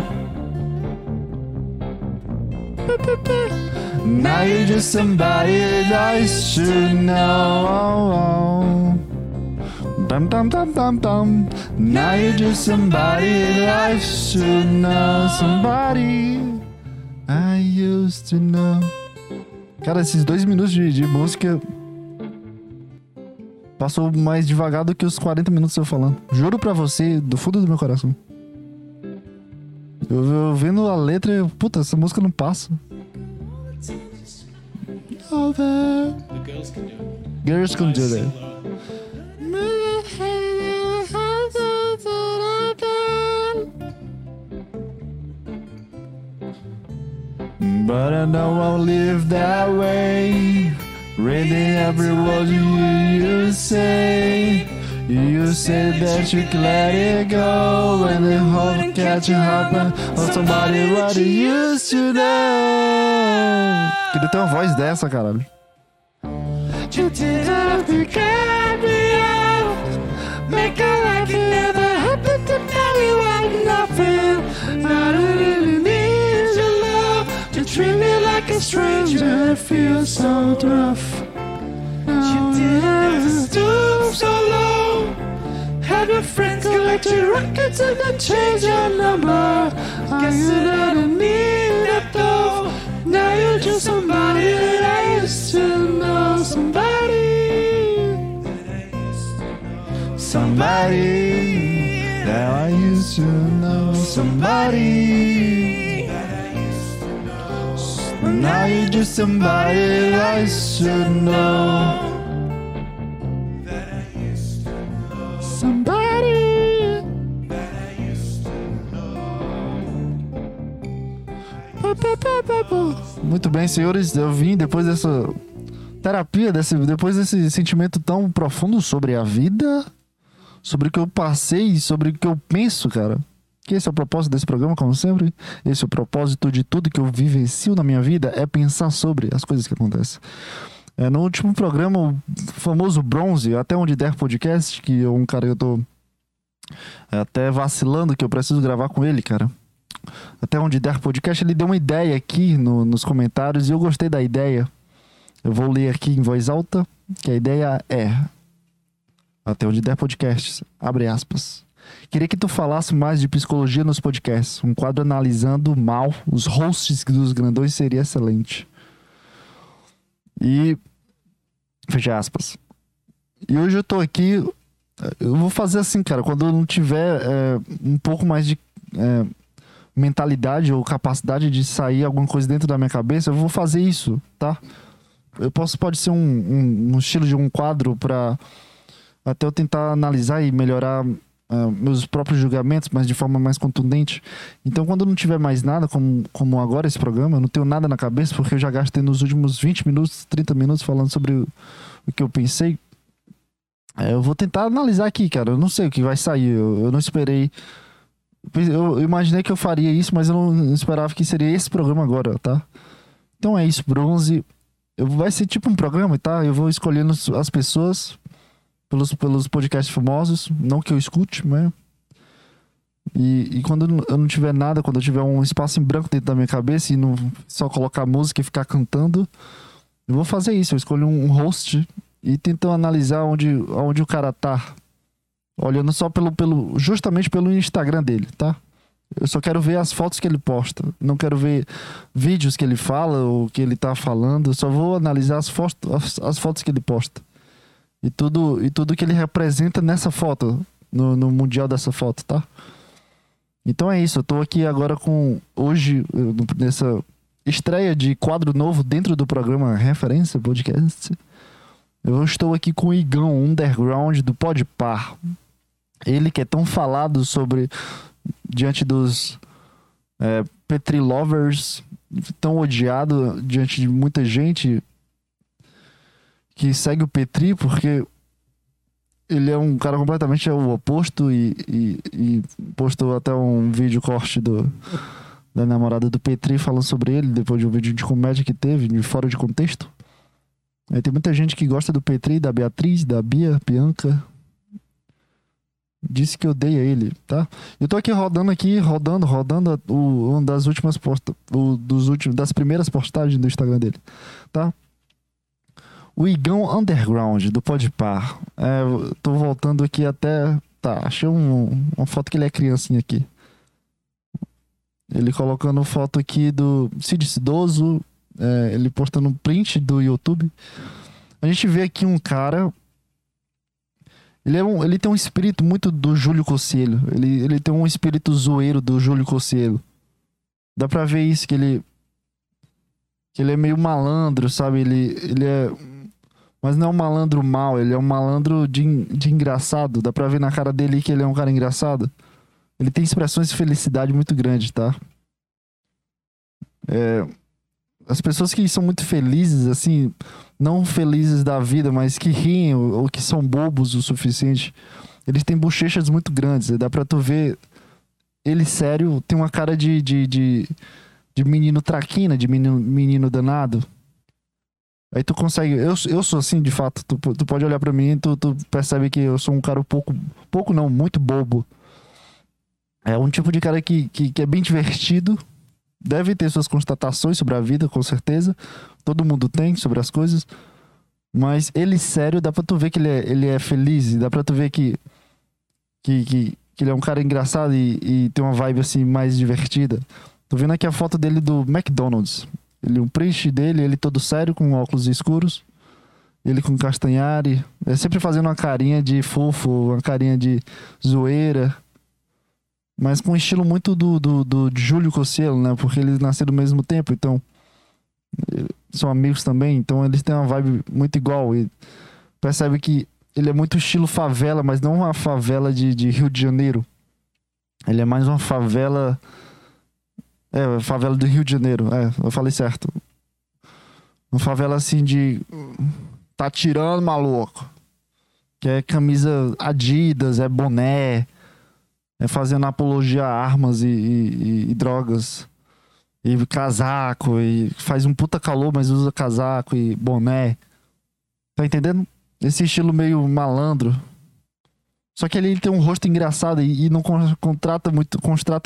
Now you're just somebody I should know. Dum dum dum dum dum. Now you're just somebody I should know. Somebody I used to know. Cara, esses 2 minutos de música passou mais devagar do que os 40 minutos eu falando. Juro pra você, do fundo do meu coração. Eu vendo a letra, puta, essa música não passa. Girls can do that. But I know I'll live that way. Reading every word you say. You said that you could let it go, and then hope to catch you happen on somebody what you used to know. Queria ter uma voz dessa, caralho. You didn't have to cut me off. Make a life it never happened to me what nothing. I don't really need your love. You treat me like a stranger. It feels so rough. You didn't have to stoop so low. Have your friends collect your records and then change your number. Guess that I don't need that though. Now you're just somebody that I used to know. Somebody that I used to know. Somebody. Now you're just somebody that I should know. Somebody. Muito bem, senhores, eu vim depois dessa terapia, depois desse sentimento tão profundo sobre a vida, sobre o que eu passei, sobre o que eu penso, cara. Que esse é o propósito desse programa, como sempre. Esse é o propósito de tudo que eu vivencio na minha vida, é pensar sobre as coisas que acontecem. No último programa, o famoso Bronze, Até Onde Der Podcast, que é um cara que eu tô até vacilando que eu preciso gravar com ele, cara. Até Onde Der Podcast, ele deu uma ideia aqui nos comentários e eu gostei da ideia. Eu vou ler aqui em voz alta, que a ideia é: Até Onde Der Podcast, abre aspas. Queria que tu falasse mais de psicologia nos podcasts. Um quadro analisando mal os hosts dos grandões seria excelente. E... fecha aspas. E hoje eu tô aqui... eu vou fazer assim, cara. Quando eu não tiver um pouco mais de mentalidade ou capacidade de sair alguma coisa dentro da minha cabeça, eu vou fazer isso, tá? Pode ser um estilo de um quadro pra até eu tentar analisar e melhorar meus próprios julgamentos, mas de forma mais contundente. Então, quando eu não tiver mais nada, como agora esse programa, eu não tenho nada na cabeça, porque eu já gastei nos últimos 20 minutos, 30 minutos falando sobre o que eu pensei. Eu vou tentar analisar aqui, cara. Eu não sei o que vai sair. Eu não esperei. Eu imaginei que eu faria isso, mas eu não esperava que seria esse programa agora, tá? Então é isso, Bronze. Vai ser tipo um programa, tá? Eu vou escolhendo as pessoas pelos podcasts famosos. Não que eu escute, né? E quando eu não tiver nada, quando eu tiver um espaço em branco dentro da minha cabeça e não só colocar música e ficar cantando, eu vou fazer isso. Eu escolho um host e tento analisar onde o cara tá. Olhando só justamente pelo Instagram dele, tá? Eu só quero ver as fotos que ele posta. Não quero ver vídeos que ele fala ou que ele tá falando. Eu só vou analisar as fotos que ele posta. E tudo que ele representa nessa foto. No mundial dessa foto, tá? Então é isso. Eu tô aqui agora hoje, nessa estreia de quadro novo dentro do programa Referência Podcast. Eu estou aqui com o Igão Underground do Podpar. Ele que é tão falado diante dos Petri Lovers, tão odiado diante de muita gente que segue o Petri, porque ele é um cara completamente o oposto e postou até um vídeo corte da namorada do Petri falando sobre ele, depois de um vídeo de comédia que teve, de fora de contexto. Aí tem muita gente que gosta do Petri, da Beatriz, da Bia, Bianca. Disse que odeia ele, tá? Eu tô aqui rodando uma das últimas das primeiras postagens do Instagram dele, tá? O Igão Underground do Podpar. Tô voltando aqui até... tá, achei uma foto que ele é criancinha aqui. Ele colocando foto aqui do Cid Cidoso, ele postando um print do YouTube. A gente vê aqui um cara... Ele tem um espírito muito do Júlio Cocielo. Ele tem um espírito zoeiro do Júlio Cocielo. Dá pra ver isso, que ele é meio malandro, sabe? Ele é... mas não é um malandro mau, ele é um malandro de engraçado. Dá pra ver na cara dele que ele é um cara engraçado. Ele tem expressões de felicidade muito grandes, tá? As pessoas que são muito felizes, assim, não felizes da vida, mas que riem ou que são bobos o suficiente, eles têm bochechas muito grandes. Dá pra tu ver ele sério, tem uma cara de menino traquina, de menino danado. Aí tu consegue... Eu sou assim, de fato. Tu pode olhar pra mim e tu percebe que eu sou um cara pouco não, muito bobo. É um tipo de cara que é bem divertido. Deve ter suas constatações sobre a vida, com certeza. Todo mundo tem sobre as coisas. Mas ele sério, dá pra tu ver que ele é feliz. Dá pra tu ver que ele é um cara engraçado e tem uma vibe assim mais divertida. Tô vendo aqui a foto dele do McDonald's. Um print dele, ele todo sério, com óculos escuros. Ele com castanhari. Sempre fazendo uma carinha de fofo, uma carinha de zoeira. Mas com um estilo muito do Júlio Cocielo, né? Porque eles nasceram no mesmo tempo, então... são amigos também, então eles têm uma vibe muito igual. E percebe que ele é muito estilo favela, mas não uma favela de Rio de Janeiro. Ele é mais uma favela... favela do Rio de Janeiro. Eu falei certo. Uma favela assim de... tá tirando, maluco. Que é camisa Adidas, é boné... fazendo apologia a armas e drogas. E casaco. E faz um puta calor, mas usa casaco e boné. Tá entendendo? Esse estilo meio malandro. Só que ele tem um rosto engraçado e não contrata muito.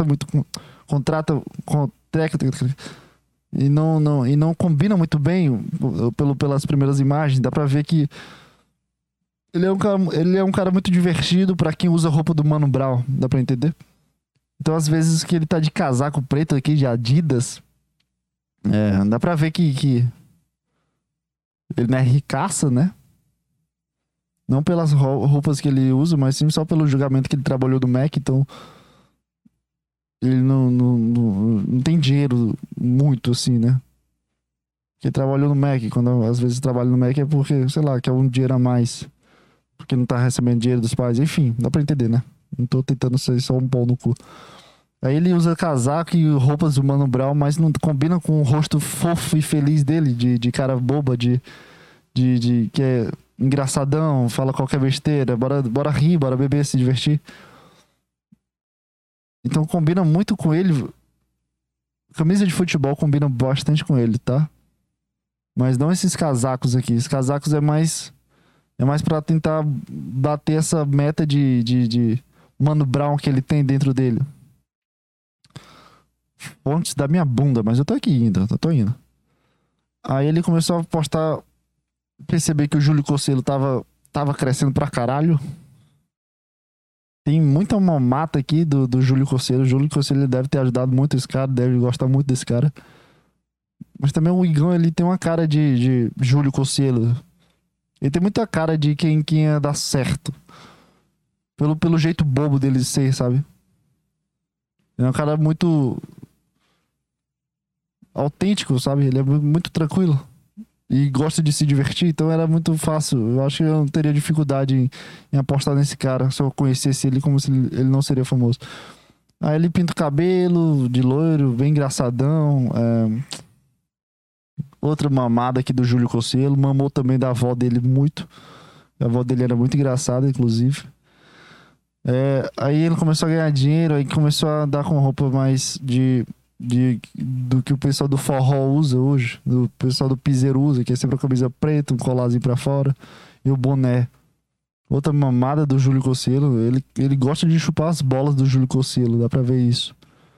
E não combina muito bem pelas primeiras imagens. Dá pra ver que Ele é um cara muito divertido pra quem usa roupa do Mano Brown, dá pra entender? Então, às vezes que ele tá de casaco preto aqui, de Adidas, dá pra ver que ele não é ricaça, né? Não pelas roupas que ele usa, mas sim só pelo julgamento que ele trabalhou no Mac. Então, ele não tem dinheiro muito assim, né? Porque trabalhou no Mac. Quando às vezes trabalha no Mac é porque, sei lá, quer um dinheiro a mais. Porque não tá recebendo dinheiro dos pais. Enfim, dá pra entender, né? Não tô tentando ser só um pau no cu. Aí ele usa casaco e roupas do Mano Brown, mas não combina com o rosto fofo e feliz dele, de cara boba, de que é engraçadão, fala qualquer besteira, bora rir, bora beber, se divertir. Então combina muito com ele. Camisa de futebol combina bastante com ele, tá? Mas não esses casacos aqui. Esses casacos é mais pra tentar bater essa meta de Mano Brown que ele tem dentro dele. Fontes da minha bunda, mas eu tô aqui indo, eu tô indo. Aí ele começou a postar, perceber que o Júlio Cocielo tava crescendo pra caralho. Tem muita mamata aqui do Júlio Cocielo. O Júlio Cocielo deve ter ajudado muito esse cara, deve gostar muito desse cara. Mas também o Igão, ele tem uma cara de Júlio Cocielo. Ele tem muita cara de quem ia dar certo. Pelo jeito bobo dele ser, sabe? Ele é um cara muito autêntico, sabe? Ele é muito tranquilo. E gosta de se divertir, então era muito fácil. Eu acho que eu não teria dificuldade em apostar nesse cara se eu conhecesse ele, como se ele não seria famoso. Aí ele pinta o cabelo de loiro, bem engraçadão. Outra mamada aqui do Júlio Cocielo. Mamou também da avó dele muito. A avó dele era muito engraçada, inclusive. Aí ele começou a ganhar dinheiro, aí começou a andar com roupa mais do que o pessoal do forró usa hoje, do pessoal do piseiro usa, que é sempre a camisa preta, um colarzinho pra fora e o boné. Outra mamada do Júlio Cocielo, ele gosta de chupar as bolas do Júlio Cocielo, dá pra ver isso.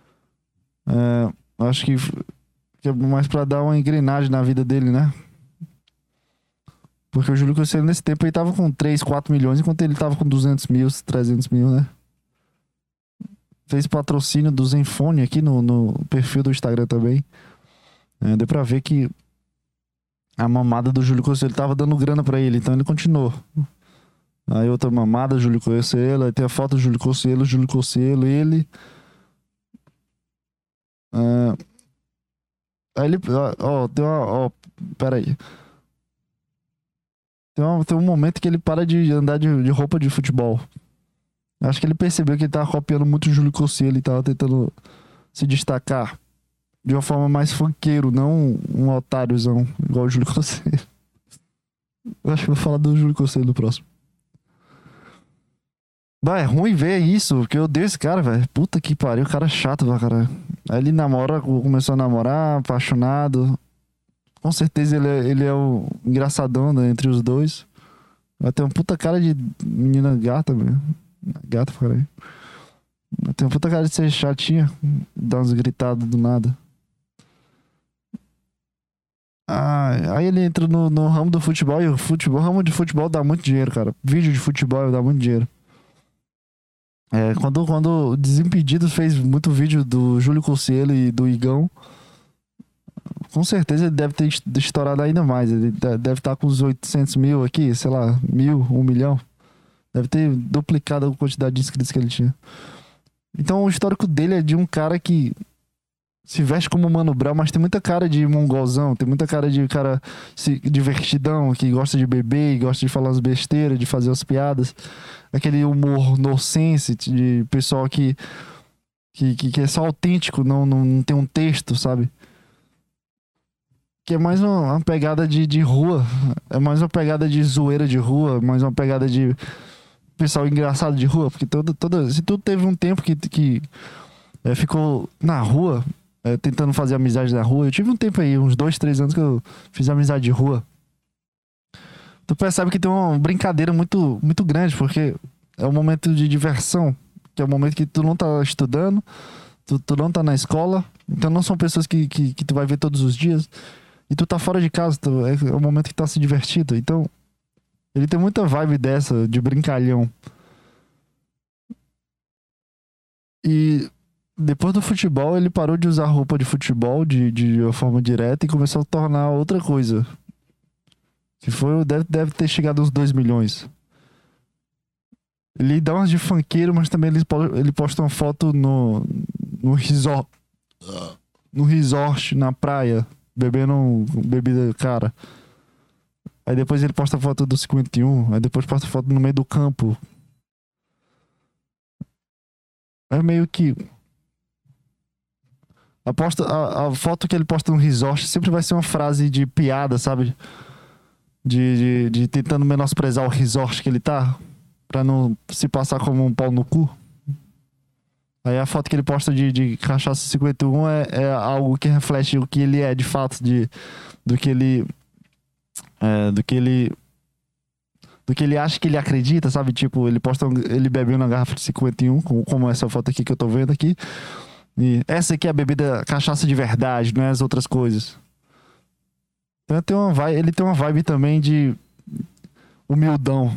Acho que é mais pra dar uma engrenagem na vida dele, né? Porque o Júlio Cocielo nesse tempo ele tava com 3, 4 milhões, enquanto ele tava com 200 mil, 300 mil, né? Fez patrocínio do Zenfone aqui no perfil do Instagram também. Deu pra ver que a mamada do Júlio Cocielo tava dando grana pra ele, então ele continuou. Aí outra mamada, Júlio Cocielo, aí tem a foto do Júlio Cocielo, ele. Aí ele. Pera aí. Tem um momento que ele para de andar de roupa de futebol. Acho que ele percebeu que ele tava copiando muito o Júlio Cocielo e tava tentando se destacar de uma forma mais funkeiro, não um otáriozão igual o Júlio Cocielo. Eu acho que vou falar do Júlio Cocielo no próximo. É ruim ver isso, porque eu odeio esse cara, velho. Puta que pariu, o cara é chato pra caralho. Aí ele começou a namorar, apaixonado. Com certeza ele é o engraçadão, né, entre os dois. Vai ter uma puta cara de menina gata, velho. Gata, caralho. Tem uma puta cara de ser chatinha. Dar uns gritados do nada. Aí ele entra no ramo do futebol. E o ramo de futebol dá muito dinheiro, cara. Vídeo de futebol dá muito dinheiro. Quando o Desimpedidos fez muito vídeo do Júlio Cocielo e do Igão, com certeza ele deve ter estourado ainda mais. Ele deve estar com uns 800 mil aqui, sei lá, 1 milhão. Deve ter duplicado a quantidade de inscritos que ele tinha. Então o histórico dele é de um cara que se veste como Mano Brown, mas tem muita cara de mongolzão, tem muita cara de cara divertidão, que gosta de beber, gosta de falar as besteiras, de fazer as piadas. Aquele humor nonsense de pessoal que é só autêntico, não tem um texto, sabe? Que é mais uma pegada de rua, é mais uma pegada de zoeira de rua, mais uma pegada de pessoal engraçado de rua, porque se tu teve um tempo que ficou na rua, tentando fazer amizade na rua, eu tive um tempo aí, uns 2, 3 anos que eu fiz amizade de rua. Tu percebe que tem uma brincadeira muito, muito grande, porque é um momento de diversão, que é um momento que tu não tá estudando, tu não tá na escola, então não são pessoas que tu vai ver todos os dias, e tu tá fora de casa, é o momento que tá se divertindo. Então Ele tem muita vibe dessa, de brincalhão. E depois do futebol, ele parou de usar roupa de futebol de uma forma direta e começou a tornar outra coisa. Que foi, deve ter chegado uns 2 milhões. Ele dá umas de funkeiro, mas também ele posta uma foto no resort. No resort, na praia, bebendo bebida cara. Aí depois ele posta foto do 51, aí depois posta foto no meio do campo. É meio que... A foto que ele posta no resort sempre vai ser uma frase de piada, sabe? De tentando menosprezar o resort que ele tá, pra não se passar como um pau no cu. Aí a foto que ele posta de Cachaça 51 é algo que reflete o que ele é de fato, do que ele acha que ele acredita, sabe? Tipo, ele posta ele bebendo na garrafa de 51, como essa foto aqui que eu tô vendo aqui. E essa aqui é a bebida cachaça de verdade, não é as outras coisas. Então ele tem uma vibe também de humildão.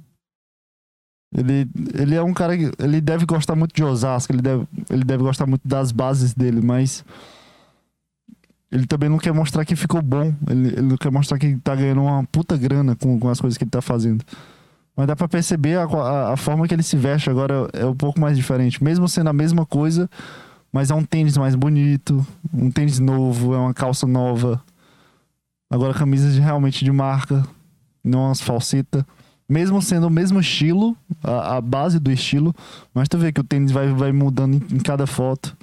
Ele é um cara que... Ele deve gostar muito de Osasco, ele deve gostar muito das bases dele, mas... Ele também não quer mostrar que ficou bom. Ele não quer mostrar que tá ganhando uma puta grana com as coisas que ele tá fazendo. Mas dá pra perceber a forma que ele se veste agora é um pouco mais diferente. Mesmo sendo a mesma coisa, mas é um tênis mais bonito, um tênis novo, é uma calça nova. Agora camisas realmente de marca, não umas falsetas. Mesmo sendo o mesmo estilo, a base do estilo, mas tu vê que o tênis vai mudando em cada foto.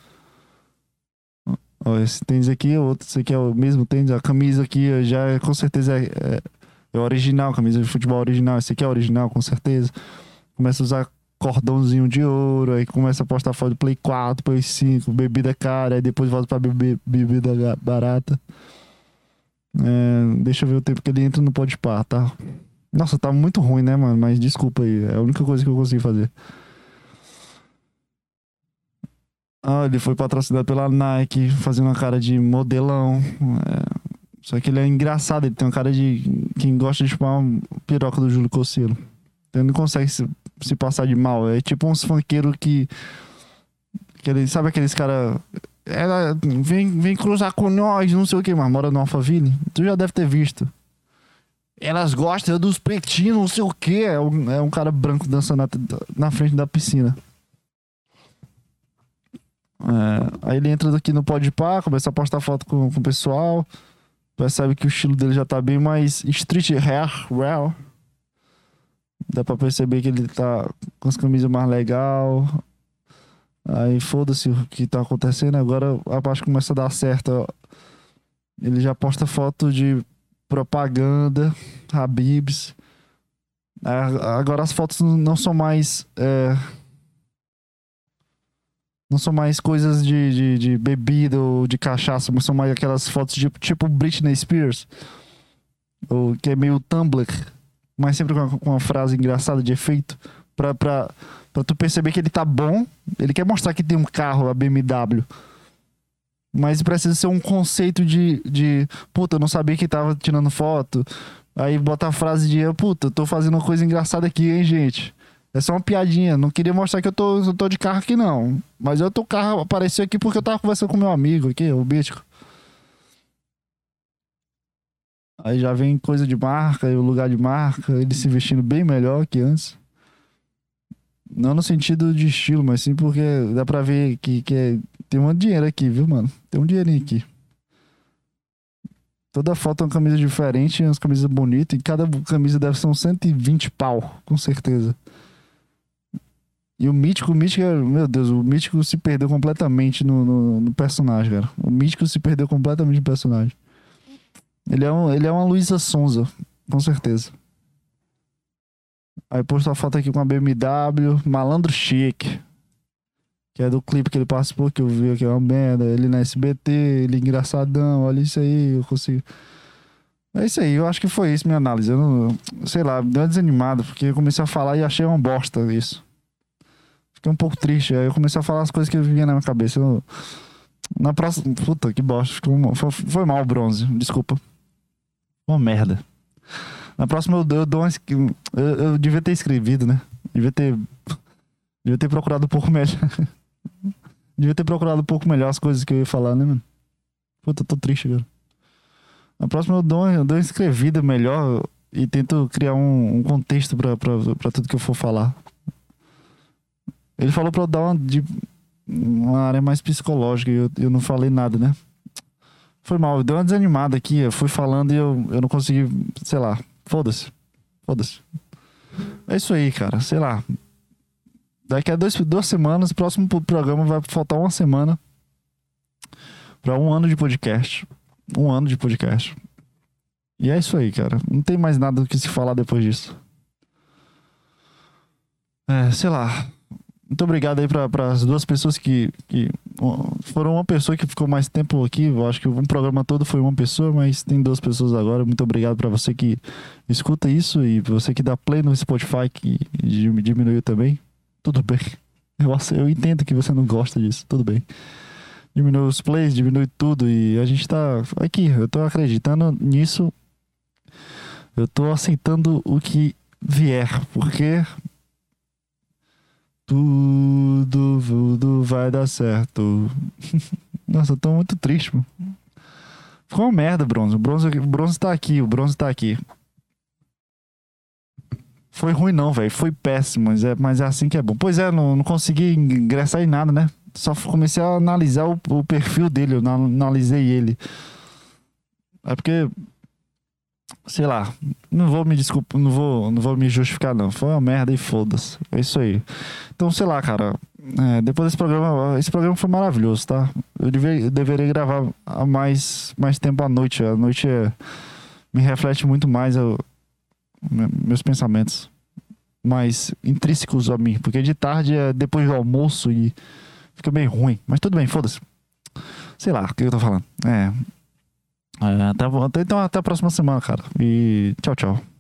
Ó, esse tênis aqui é outro, esse aqui é o mesmo tênis. A camisa aqui já com certeza é original, camisa de futebol original. Esse aqui é original, com certeza. Começa a usar cordãozinho de ouro, aí começa a postar foto do Play 4, Play 5, bebida cara, aí depois volta pra bebida barata. Deixa eu ver o tempo que ele entra no Podpah, tá? Nossa, tá muito ruim, né, mano? Mas desculpa aí, é a única coisa que eu consegui fazer. Ah, ele foi patrocinado pela Nike, fazendo uma cara de modelão. Só que ele é engraçado, ele tem uma cara de quem gosta de chupar uma piroca do Júlio Cocielo. Então ele não consegue se passar de mal. É tipo uns funkeiros que ele, sabe aqueles caras... Ela vem cruzar com nós, não sei o que, mas mora no Alphaville. Tu já deve ter visto. Elas gostam dos pretinhos, não sei o que. É um cara branco dançando na frente da piscina. Aí ele entra aqui no Podpah, começa a postar foto com o pessoal. Percebe que o estilo dele já tá bem mais street real. Dá pra perceber que ele tá com as camisas mais legal. Aí foda-se o que tá acontecendo. Agora a parte começa a dar certo, ó. Ele já posta foto de propaganda, Habib's. Agora as fotos não são mais... Não são mais coisas de bebida ou de cachaça, mas são mais aquelas fotos de tipo Britney Spears. Ou que é meio Tumblr, mas sempre com uma frase engraçada de efeito. Pra tu perceber que ele tá bom. Ele quer mostrar que tem um carro, a BMW. Mas precisa ser um conceito de puta, eu não sabia que tava tirando foto. Aí bota a frase de puta, eu tô fazendo uma coisa engraçada aqui, hein, gente. É só uma piadinha. Não queria mostrar que eu tô de carro aqui, não. Mas o carro apareceu aqui porque eu tava conversando com meu amigo aqui, o Bítico. Aí já vem coisa de marca, e o lugar de marca, ele se vestindo bem melhor que antes. Não no sentido de estilo, mas sim porque dá pra ver que tem um dinheiro aqui, viu, mano? Tem um dinheirinho aqui. Toda foto é uma camisa diferente, umas camisas bonitas, e cada camisa deve ser uns 120 pau, com certeza. E o Mítico, meu Deus, o Mítico se perdeu completamente no personagem, cara. O Mítico se perdeu completamente no personagem. Ele é uma Luísa Sonza, com certeza. Aí postou a foto aqui com a BMW, Malandro Chique, que é do clipe que ele participou, que eu vi aqui, é uma merda. Ele na SBT, ele engraçadão, olha isso aí, eu consigo... É isso aí, eu acho que foi isso minha análise. Eu não, sei lá, me deu uma desanimada, porque eu comecei a falar e achei uma bosta isso. Fiquei um pouco triste, aí eu comecei a falar as coisas que vinham na minha cabeça. Na próxima... Puta, que bosta. Foi mal o bronze, desculpa. Uma merda. Na próxima eu dou umas. Eu devia ter escrevido, né? Devia ter procurado um pouco melhor. Devia ter procurado um pouco melhor as coisas que eu ia falar, né, mano? Puta, eu tô triste agora. Na próxima eu dou uma escrevida melhor e tento criar um contexto pra tudo que eu for falar. Ele falou pra eu dar uma área mais psicológica e eu não falei nada, né? Foi mal, eu dei uma desanimada aqui, eu fui falando e eu não consegui, sei lá, foda-se. É isso aí, cara, sei lá. Daqui a 2 semanas, o próximo programa vai faltar uma semana pra 1 ano de podcast. 1 ano de podcast. E é isso aí, cara. Não tem mais nada do que se falar depois disso. Sei lá. Muito obrigado aí para as 2 pessoas que foram uma pessoa que ficou mais tempo aqui. Eu acho que um programa todo foi uma pessoa, mas tem 2 pessoas agora. Muito obrigado para você que escuta isso e você que dá play no Spotify, que diminuiu também. Tudo bem. Eu entendo que você não gosta disso. Tudo bem. Diminui os plays, diminui tudo e a gente tá aqui. Eu tô acreditando nisso. Eu tô aceitando o que vier, porque tudo vai dar certo. Nossa, eu tô muito triste, mano. Ficou uma merda, Bronze. O Bronze tá aqui, Foi ruim não, velho. Foi péssimo, mas é assim que é bom. Pois é, não consegui ingressar em nada, né? Só comecei a analisar o perfil dele, eu analisei ele. É porque, sei lá, não vou me justificar não. Foi uma merda e foda-se. É isso aí. Então, sei lá, cara. Depois desse programa, esse programa foi maravilhoso, tá? Eu deveria gravar mais tempo à noite. A noite me reflete muito mais meus pensamentos mais intrínsecos a mim. Porque de tarde é depois do almoço e fica bem ruim. Mas tudo bem, foda-se. Sei lá, o que eu tô falando. Então até a próxima semana, cara. E tchau, tchau.